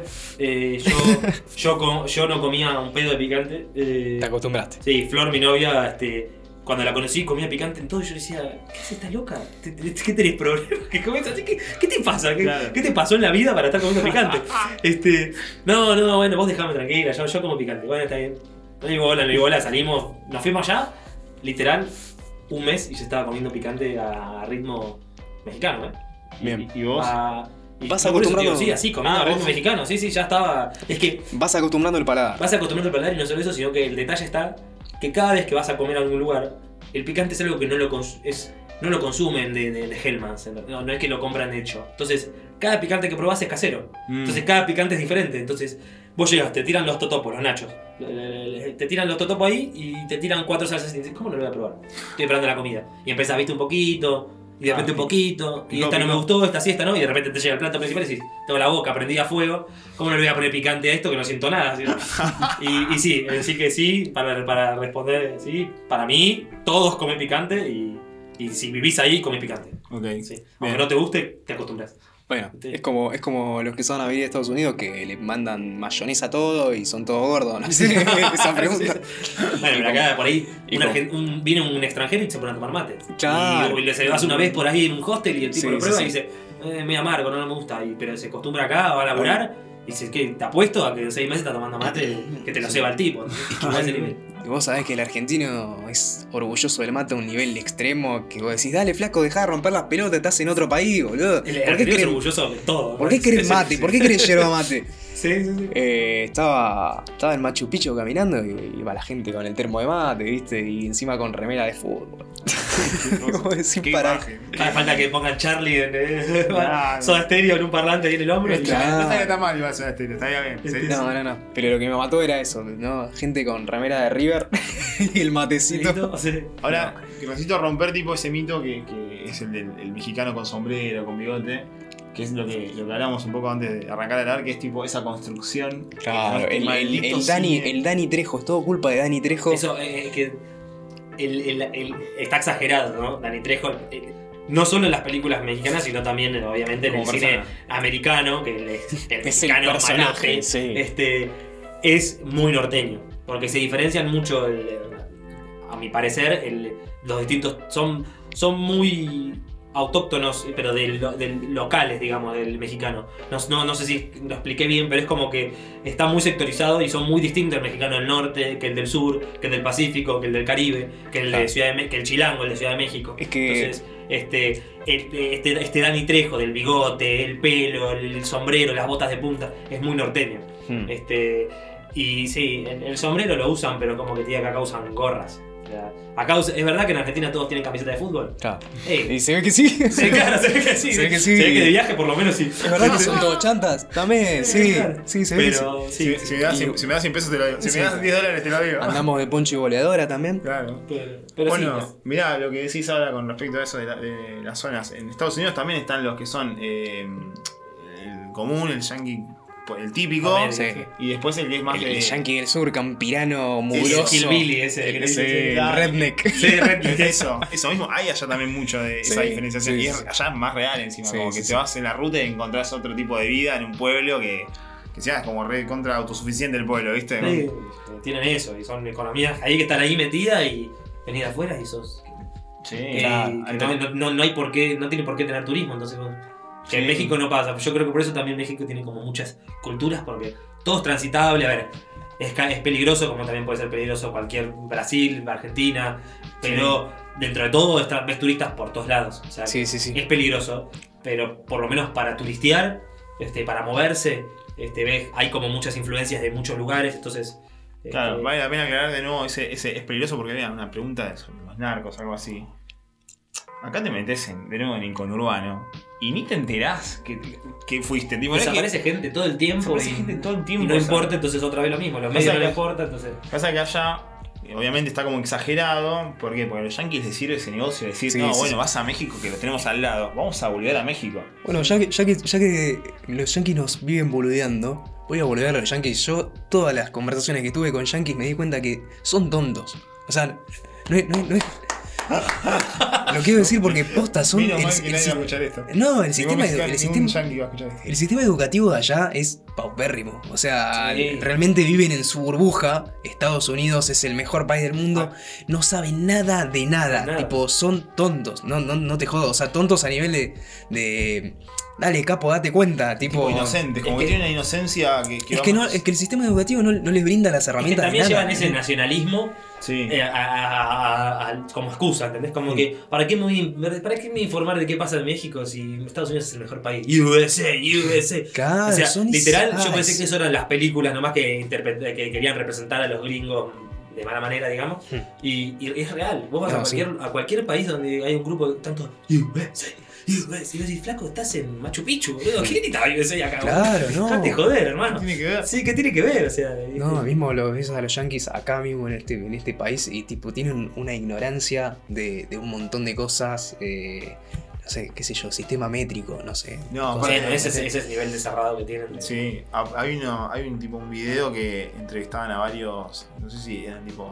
[SPEAKER 3] Yo no comía un pedo de picante.
[SPEAKER 1] Te acostumbraste.
[SPEAKER 3] Sí, Flor, mi novia, cuando la conocí comía picante en todo y yo decía, ¿qué haces, estás loca? ¿Qué tenés problemas? ¿Qué comes así? ¿Qué te pasa?
[SPEAKER 2] Claro.
[SPEAKER 3] ¿Qué te pasó en la vida para estar comiendo picante? No, bueno, vos dejame tranquila, yo como picante. Bueno, está bien. No digo bola, salimos, nos fuimos allá, literal, un mes y se estaba comiendo picante a ritmo mexicano, ¿eh?
[SPEAKER 1] Bien.
[SPEAKER 2] ¿Y vos?
[SPEAKER 1] Vas
[SPEAKER 3] por eso te
[SPEAKER 1] acostumbrando-
[SPEAKER 3] digo, sí, así, comiendo a ritmo
[SPEAKER 2] vos.
[SPEAKER 3] mexicano, sí, ya estaba. Es que
[SPEAKER 1] Vas acostumbrando el paladar.
[SPEAKER 3] vas acostumbrando al paladar y no solo eso, sino que el detalle está que cada vez que vas a comer a algún lugar, el picante es algo que no lo consumen de Hellmann's, no es que lo compran hecho. Entonces, cada picante que probás es casero. Entonces, cada picante es diferente. Entonces, vos llegas, te tiran los totopos, los nachos. Te tiran los totopos ahí y te tiran 4 salsas y dices, ¿cómo no lo voy a probar? Estoy esperando la comida. Y empezás, viste, un poquito, y de repente un poquito, y
[SPEAKER 2] Picó,
[SPEAKER 3] esta no me
[SPEAKER 2] picó.
[SPEAKER 3] gustó, esta sí, esta no, y de repente te llega el plato principal y decís, tengo la boca prendida a fuego, ¿cómo no le voy a poner picante a esto que no siento nada? ¿Sí? Y sí, decir que sí, para responder, sí, para mí, todos comen picante y si vivís ahí, comes picante.
[SPEAKER 2] Ok.
[SPEAKER 3] Sí.
[SPEAKER 2] Bien.
[SPEAKER 3] Aunque no te guste, te acostumbras.
[SPEAKER 1] Bueno, es como los que son a venir de Estados Unidos que le mandan mayonesa a todo y son todos gordos, no sé, esa pregunta.
[SPEAKER 3] Bueno, pero acá por ahí viene un extranjero y se pone a tomar mate.
[SPEAKER 1] Claro.
[SPEAKER 3] Y se vas una vez por ahí en un hostel y el tipo
[SPEAKER 1] Sí,
[SPEAKER 3] lo prueba
[SPEAKER 1] sí,
[SPEAKER 3] y dice, medio amargo, no me gusta. Pero se acostumbra acá, va a laburar y dice, ¿qué? Te apuesto a que en 6 meses está tomando mate que te lo ceba el tipo. A ese nivel.
[SPEAKER 1] Y vos sabés que el argentino es orgulloso del mate a un nivel extremo que vos decís, dale flaco, dejá de romper las pelotas, estás en otro país, boludo.
[SPEAKER 3] El argentino es orgulloso de todo.
[SPEAKER 1] ¿Por qué querés mate? ¿Por qué querés yerba mate?
[SPEAKER 3] Sí.
[SPEAKER 1] Estaba en Machu Picchu caminando y iba la gente con el termo de mate, ¿viste? Y encima con remera de fútbol. ¿Cómo decís
[SPEAKER 2] Qué
[SPEAKER 1] para?
[SPEAKER 2] imagen.
[SPEAKER 3] Falta que pongan Charlie en
[SPEAKER 2] Claro.
[SPEAKER 3] Soda Stereo en un parlante ahí en el hombro. y
[SPEAKER 1] Claro.
[SPEAKER 2] No estaría tan mal igual Soda Stereo, estaría bien. Sí,
[SPEAKER 1] No. Pero lo que me mató era eso, ¿no? Gente con remera de River y el matecito.
[SPEAKER 3] listo, sí.
[SPEAKER 2] Ahora, que necesito romper tipo ese mito que es el del mexicano con sombrero, con bigote, que es lo que hablamos un poco antes de arrancar a hablar, que es tipo esa construcción.
[SPEAKER 1] Claro,
[SPEAKER 2] que maldito
[SPEAKER 1] el Dani Trejo, es todo culpa de Dani Trejo.
[SPEAKER 3] Eso que está exagerado, ¿no? Dani Trejo, no solo en las películas mexicanas, sino también, obviamente, en
[SPEAKER 2] Como
[SPEAKER 3] el
[SPEAKER 2] persona.
[SPEAKER 3] cine americano, que el
[SPEAKER 1] Es el
[SPEAKER 3] mexicano
[SPEAKER 1] personaje,
[SPEAKER 3] panaje,
[SPEAKER 1] sí.
[SPEAKER 3] es muy norteño. Porque se diferencian mucho, a mi parecer, los distintos. Son muy autóctonos, pero locales, digamos, del mexicano. No sé si lo expliqué bien, pero es como que está muy sectorizado y son muy distintos el mexicano del norte, que el del sur, que el del Pacífico, que el del Caribe, que el de que el chilango, el de Ciudad de México.
[SPEAKER 1] Es que-
[SPEAKER 3] Entonces, este Dani Trejo del bigote, el pelo, el sombrero, las botas de punta, es muy norteño. Y sí, el sombrero lo usan, pero como que acá usan gorras. O sea, acá es verdad que en Argentina todos tienen camiseta de fútbol.
[SPEAKER 1] Claro.
[SPEAKER 3] Ey,
[SPEAKER 1] Y se ve que sí.
[SPEAKER 3] claro, se ve que sí.
[SPEAKER 1] Se ve que sí.
[SPEAKER 3] Se ve que de viaje por lo menos sí.
[SPEAKER 1] Es verdad que son todos chantas. También, sí.
[SPEAKER 3] Claro.
[SPEAKER 1] Sí, se ve que sí.
[SPEAKER 3] Pero sí.
[SPEAKER 2] Si me das 100 pesos te lo digo. Si
[SPEAKER 1] Sí.
[SPEAKER 2] me das $10 te lo digo.
[SPEAKER 1] Andamos de poncho y goleadora también.
[SPEAKER 2] Claro.
[SPEAKER 3] Pero
[SPEAKER 2] Bueno,
[SPEAKER 3] sí.
[SPEAKER 2] mirá lo que decís ahora con respecto a eso de las zonas. En Estados Unidos también están los que son el común, el yankee, el típico.
[SPEAKER 3] América,
[SPEAKER 1] Sí.
[SPEAKER 2] Y después el que es más
[SPEAKER 1] El yankee del sur, campirano,
[SPEAKER 2] Ese
[SPEAKER 1] mugroso.
[SPEAKER 3] Hillbilly ese. que
[SPEAKER 1] Ese
[SPEAKER 3] dice,
[SPEAKER 1] el
[SPEAKER 2] claro.
[SPEAKER 1] redneck.
[SPEAKER 3] Sí, redneck.
[SPEAKER 2] Eso mismo, hay allá también mucho de esa
[SPEAKER 1] Sí,
[SPEAKER 2] diferenciación.
[SPEAKER 1] sí,
[SPEAKER 2] Y
[SPEAKER 1] sí.
[SPEAKER 2] allá es más real encima,
[SPEAKER 1] Sí,
[SPEAKER 2] como
[SPEAKER 1] sí,
[SPEAKER 2] que
[SPEAKER 1] sí.
[SPEAKER 2] te vas en la ruta y encontrás otro tipo de vida en un pueblo que sea como re contra autosuficiente el pueblo, ¿viste?
[SPEAKER 3] Sí, tienen eso, y son economías ahí que están ahí metidas y venís de afuera y sos.
[SPEAKER 2] Sí,
[SPEAKER 3] que no hay por qué, no tiene por qué tener turismo, entonces bueno, que en
[SPEAKER 2] Sí.
[SPEAKER 3] México no pasa. Yo creo que por eso también México tiene como muchas culturas, porque todo es transitable. A ver, es peligroso, como también puede ser peligroso cualquier Brasil, Argentina, pero dentro de todo ves turistas por todos lados. O sea,
[SPEAKER 1] Sí.
[SPEAKER 3] es peligroso, pero por lo menos para turistear, para moverse, hay como muchas influencias de muchos lugares, entonces.
[SPEAKER 2] Claro, vale la pena aclarar de nuevo, ese es peligroso porque vean una pregunta sobre los narcos, algo así. Acá te metes de nuevo en el conurbano y ni te enterás que fuiste. Tipo,
[SPEAKER 3] Desaparece gente todo el tiempo
[SPEAKER 2] desaparece gente todo el tiempo,
[SPEAKER 3] y no
[SPEAKER 2] o sea,
[SPEAKER 3] importa, entonces otra vez lo mismo. Los
[SPEAKER 2] pasa
[SPEAKER 3] medios no
[SPEAKER 2] que-
[SPEAKER 3] le importa, entonces.
[SPEAKER 2] Pasa que allá, obviamente está como exagerado. ¿Por qué? Porque a los yanquis les sirve ese negocio de decir,
[SPEAKER 1] Sí,
[SPEAKER 2] no,
[SPEAKER 1] sí,
[SPEAKER 2] bueno,
[SPEAKER 1] sí.
[SPEAKER 2] vas a México que lo tenemos al lado. Vamos a volver a México.
[SPEAKER 1] Bueno, ya que los yankees nos viven boludeando, voy a boludear a los yankees. Yo, todas las conversaciones que tuve con yankees me di cuenta que son tontos. O sea, no es. Lo quiero decir porque posta son.
[SPEAKER 2] Menos mal que nadie va a escuchar esto.
[SPEAKER 1] No, el
[SPEAKER 2] Ningún
[SPEAKER 1] sistema,
[SPEAKER 2] mexicano,
[SPEAKER 1] el,
[SPEAKER 2] ningún
[SPEAKER 1] sistema,
[SPEAKER 2] yanqui va a escuchar esto.
[SPEAKER 1] el sistema educativo de allá es paupérrimo. O sea,
[SPEAKER 3] Sí.
[SPEAKER 1] realmente viven en su burbuja. Estados Unidos es el mejor país del mundo. No saben nada de nada.
[SPEAKER 3] Nada.
[SPEAKER 1] Tipo, son tontos. No te jodo. O sea, tontos a nivel de dale, capo, date cuenta.
[SPEAKER 2] Tipo inocentes, como
[SPEAKER 3] es
[SPEAKER 2] que
[SPEAKER 3] que-
[SPEAKER 2] tienen una inocencia que
[SPEAKER 1] Es que,
[SPEAKER 2] vamos-
[SPEAKER 1] es que el sistema educativo no les brinda las
[SPEAKER 3] Es que
[SPEAKER 1] herramientas
[SPEAKER 3] también
[SPEAKER 1] de nada.
[SPEAKER 3] llevan ese nacionalismo
[SPEAKER 2] Sí.
[SPEAKER 3] como excusa, ¿entendés? Como que, ¿para qué me voy a informar de qué pasa en México si Estados Unidos es el mejor país? USA.
[SPEAKER 1] Claro,
[SPEAKER 3] O sea,
[SPEAKER 1] son
[SPEAKER 3] literal,
[SPEAKER 1] esas-
[SPEAKER 3] yo pensé que eso eran las películas nomás que querían representar a los gringos de mala manera, digamos. Y es real. Vos vas
[SPEAKER 1] No,
[SPEAKER 3] a cualquier país donde hay un grupo de tantos USA. Y vos decís, flaco, estás en Machu Picchu, boludo. ¿Quién grita USA acá?
[SPEAKER 1] Claro,
[SPEAKER 3] boludo?
[SPEAKER 1] no.
[SPEAKER 3] Dejate joder, hermano.
[SPEAKER 2] Tiene que ver.
[SPEAKER 3] Sí, ¿qué tiene que ver? O sea,
[SPEAKER 1] No, mismo lo ves a los yankees acá mismo en este país y tipo tienen una ignorancia de un montón de cosas, no sé, qué sé yo, sistema métrico, no sé.
[SPEAKER 2] No,
[SPEAKER 3] Bueno,
[SPEAKER 2] aparte-
[SPEAKER 3] ese es el nivel de cerrado que tienen.
[SPEAKER 2] Sí, hay un video que entrevistaban a varios, no sé si eran tipo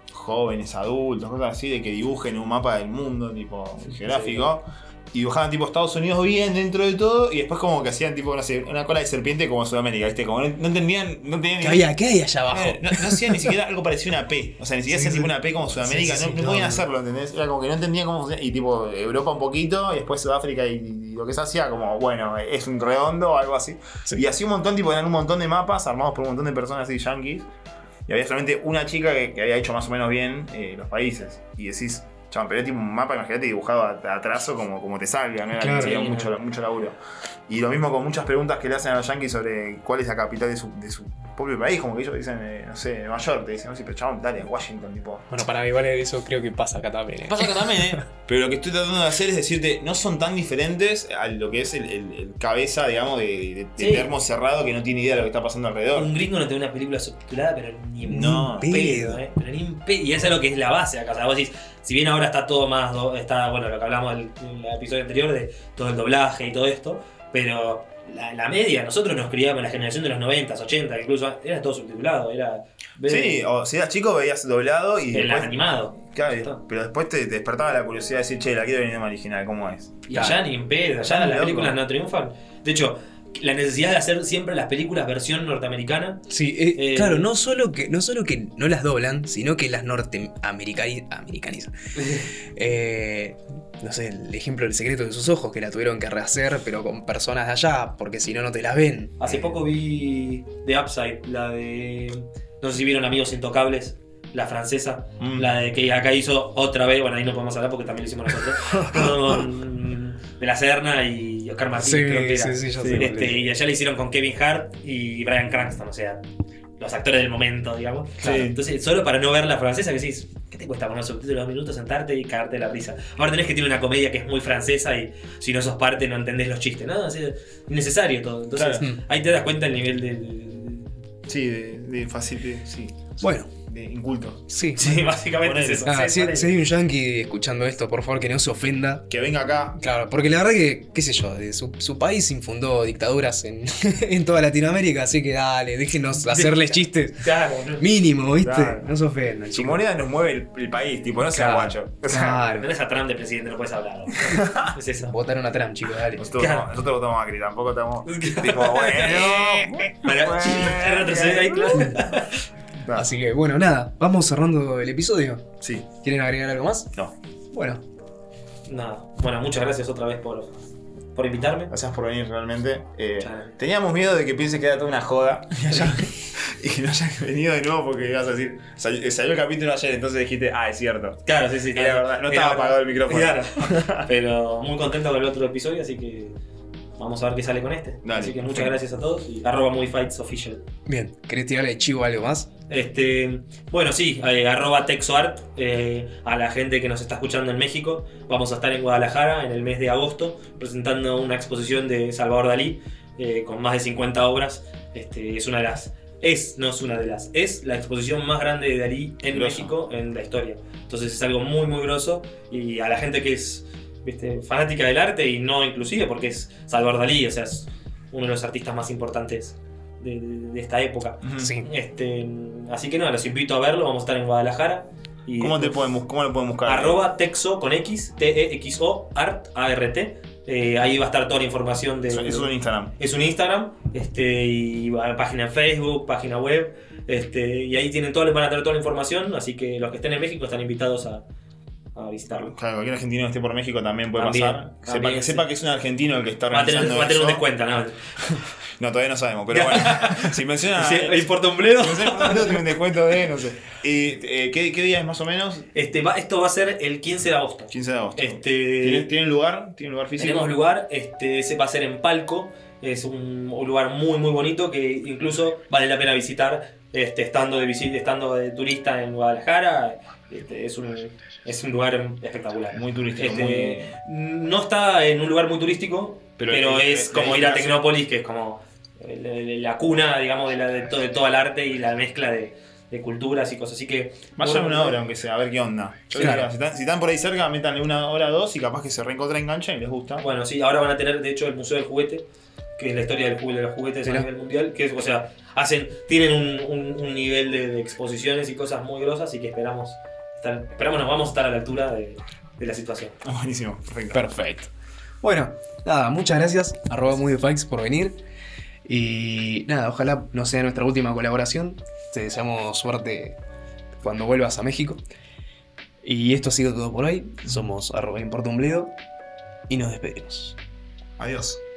[SPEAKER 2] jóvenes, adultos, cosas así, de que dibujen un mapa del mundo, tipo geográfico. Y dibujaban tipo Estados Unidos bien dentro de todo, y después como que hacían tipo, no sé, una cola de serpiente como Sudamérica, ¿viste? Como no entendían
[SPEAKER 1] ¿Qué hay allá abajo?
[SPEAKER 2] No hacían ni siquiera algo parecido a una P. O sea, ni siquiera hacían tipo una P como Sudamérica. No podían hacerlo, ¿entendés? Era como que no entendían cómo funcionaba. Y tipo, Europa un poquito, y después Sudáfrica y lo que se hacía, como, bueno, es un redondo o algo así. Sí. Y así un montón, tipo, eran un montón de mapas armados por un montón de personas así, yankees. Y había solamente una chica que había hecho más o menos bien los países. Y decís, chaval, pero era tipo un mapa, imagínate, dibujado a trazo como te salga, ¿no? Era claro, mucho laburo. Y lo mismo con muchas preguntas que le hacen a los yankees sobre cuál es la capital de su propio país, como que ellos dicen, no sé, Nueva York, te dicen, no sé, pero chabón, dale, Washington, tipo.
[SPEAKER 1] Bueno, para mí vale eso, creo que pasa acá también.
[SPEAKER 2] Pasa acá también, Pero lo que estoy tratando de hacer es decirte, no son tan diferentes a lo que es el cabeza, digamos, de termo cerrado que no tiene idea de lo que está pasando alrededor.
[SPEAKER 3] Un gringo no tiene una película subtitulada, pero ni en
[SPEAKER 1] pedo,
[SPEAKER 3] pero ni en pedo. Y eso es lo que es la base acá. O sea, vos decís, si bien ahora está todo más, está, bueno, lo que hablamos en el episodio anterior de todo el doblaje y todo esto, pero la media, nosotros nos criábamos en la generación de los 90, 80, incluso era todo subtitulado, era...
[SPEAKER 2] Sí, o si eras chico veías doblado y
[SPEAKER 3] después, animado.
[SPEAKER 2] Claro, pero después te despertaba la curiosidad de decir, che, la quiero ver en idioma original, ¿cómo es?
[SPEAKER 3] Y allá ni en pedo, allá las películas no triunfan. De hecho, la necesidad de hacer siempre las películas versión norteamericana.
[SPEAKER 1] Sí, claro, no solo que no las doblan, sino que las americanizan. No sé, el ejemplo del secreto de sus ojos, que la tuvieron que rehacer, pero con personas de allá, porque si no, no te las ven.
[SPEAKER 3] Hace poco vi The Upside, la de... No sé si vieron Amigos Intocables, la francesa, la de que acá hizo otra vez, bueno, ahí no podemos hablar porque también lo hicimos nosotros, con De la Serna y Oscar Martínez, creo que era.
[SPEAKER 1] Sí, ya sé.
[SPEAKER 3] Y allá le hicieron con Kevin Hart y Bryan Cranston, o sea, los actores del momento, digamos.
[SPEAKER 2] Claro.
[SPEAKER 3] Entonces, solo para no ver la francesa, que decís, ¿qué te cuesta poner subtítulos 2 minutos, sentarte y cagarte de la risa? Ahora tenés que tener una comedia que es muy francesa y si no sos parte no entendés los chistes, ¿no? Es innecesario todo. Entonces, ahí te das cuenta el nivel de...
[SPEAKER 2] Sí, de fácil, sí.
[SPEAKER 1] Bueno.
[SPEAKER 2] De incultos.
[SPEAKER 1] Sí,
[SPEAKER 3] básicamente es eso.
[SPEAKER 1] Si hay un yankee escuchando esto, por favor, que no se ofenda.
[SPEAKER 2] Que venga acá.
[SPEAKER 1] Claro, porque la verdad que, qué sé yo, su país infundó dictaduras en toda Latinoamérica, así que dale, déjenos hacerles chistes.
[SPEAKER 3] Claro.
[SPEAKER 1] Mínimo, ¿viste?
[SPEAKER 2] Claro.
[SPEAKER 1] No se ofendan.
[SPEAKER 2] Su moneda nos mueve el país, tipo, no sea guacho.
[SPEAKER 1] Claro.
[SPEAKER 3] Tenés a Trump de presidente, no puedes hablar. Es eso.
[SPEAKER 1] Votaron a Trump, chicos, dale.
[SPEAKER 2] Nosotros votamos a Macri, tampoco estamos tipo, bueno.
[SPEAKER 3] Retroceder ahí, claro.
[SPEAKER 1] Así que bueno, nada, vamos cerrando el episodio.
[SPEAKER 2] Sí.
[SPEAKER 1] ¿Quieren agregar algo más?
[SPEAKER 2] No.
[SPEAKER 1] Bueno.
[SPEAKER 3] Nada. Bueno, muchas gracias otra vez por invitarme.
[SPEAKER 2] Gracias por venir realmente. Teníamos miedo de que piense que era toda una joda y que no hayas venido de nuevo porque ibas a decir, salió el capítulo ayer, entonces dijiste, es cierto.
[SPEAKER 3] Claro, sí.
[SPEAKER 2] Era verdad, no estaba apagado el micrófono.
[SPEAKER 3] Claro. Pero muy contento con el otro episodio, así que vamos a ver qué sale con este.
[SPEAKER 2] Dale,
[SPEAKER 3] así que muchas gracias a todos y @MovieFightsOfficial.
[SPEAKER 1] Bien, ¿querés tirarle de chivo algo más?
[SPEAKER 3] Bueno, sí, @TexoArt a la gente que nos está escuchando en México. Vamos a estar en Guadalajara en el mes de agosto presentando una exposición de Salvador Dalí con más de 50 obras. Es la exposición más grande de Dalí en México en la historia. Entonces es algo muy muy grosso y a la gente que es fanática del arte y no inclusive porque es Salvador Dalí, o sea, es uno de los artistas más importantes de esta época.
[SPEAKER 1] Sí.
[SPEAKER 3] Así que nada, los invito a verlo, vamos a estar en Guadalajara. Y
[SPEAKER 2] ¿Cómo lo pueden buscar?
[SPEAKER 3] @texo con X, TEXO, art, ART. Ahí va a estar toda la información de...
[SPEAKER 2] Es un Instagram.
[SPEAKER 3] Es un Instagram, y página en Facebook, página web, y ahí van a tener toda la información, así que los que estén en México están invitados a visitarlo.
[SPEAKER 2] Claro, cualquier argentino que esté por México también puede
[SPEAKER 3] También,
[SPEAKER 2] pasar. Sepa que es un argentino el que está
[SPEAKER 3] Va a
[SPEAKER 2] organizando
[SPEAKER 3] tener un
[SPEAKER 2] eso.
[SPEAKER 3] descuento, ¿no?
[SPEAKER 2] No, todavía no sabemos, pero bueno. Si menciona...
[SPEAKER 3] ¿Le importa un bledo?
[SPEAKER 2] Si menciona un bledo, tiene un descuento de, no sé. ¿Y qué día es más o menos?
[SPEAKER 3] Esto va a ser el 15 de agosto.
[SPEAKER 2] 15 de agosto.
[SPEAKER 3] ¿Tienen
[SPEAKER 2] lugar? ¿Tienen lugar físico?
[SPEAKER 3] Tenemos lugar, ese va a ser en Palco. Es un lugar muy muy bonito que incluso vale la pena visitar estando de turista en Guadalajara. Es un lugar espectacular.
[SPEAKER 2] Muy turístico.
[SPEAKER 3] No está en un lugar muy turístico, pero es como ir a Tecnópolis, que es como la cuna, digamos, de todo el arte y la mezcla de culturas y cosas. Así que
[SPEAKER 2] vayan una hora, aunque sea, a ver qué onda. Claro. Si están por ahí cerca, métanle 1 hora o 2 y capaz que se reencuentran, enganchan y les gusta.
[SPEAKER 3] Bueno, sí, ahora van a tener, de hecho, el Museo del Juguete. que es la historia de los juguetes a
[SPEAKER 1] Mirá.
[SPEAKER 3] nivel mundial, que es, o sea, tienen un nivel de exposiciones y cosas muy grosas y que esperamos nos vamos a estar a la altura de la situación.
[SPEAKER 2] Buenísimo, perfecto.
[SPEAKER 1] Perfecto. Bueno, nada, muchas gracias a @MovieFakes por venir. Y nada, ojalá no sea nuestra última colaboración. Te deseamos suerte cuando vuelvas a México. Y esto ha sido todo por hoy. Somos @ImportaUnBledo y nos despedimos.
[SPEAKER 2] Adiós.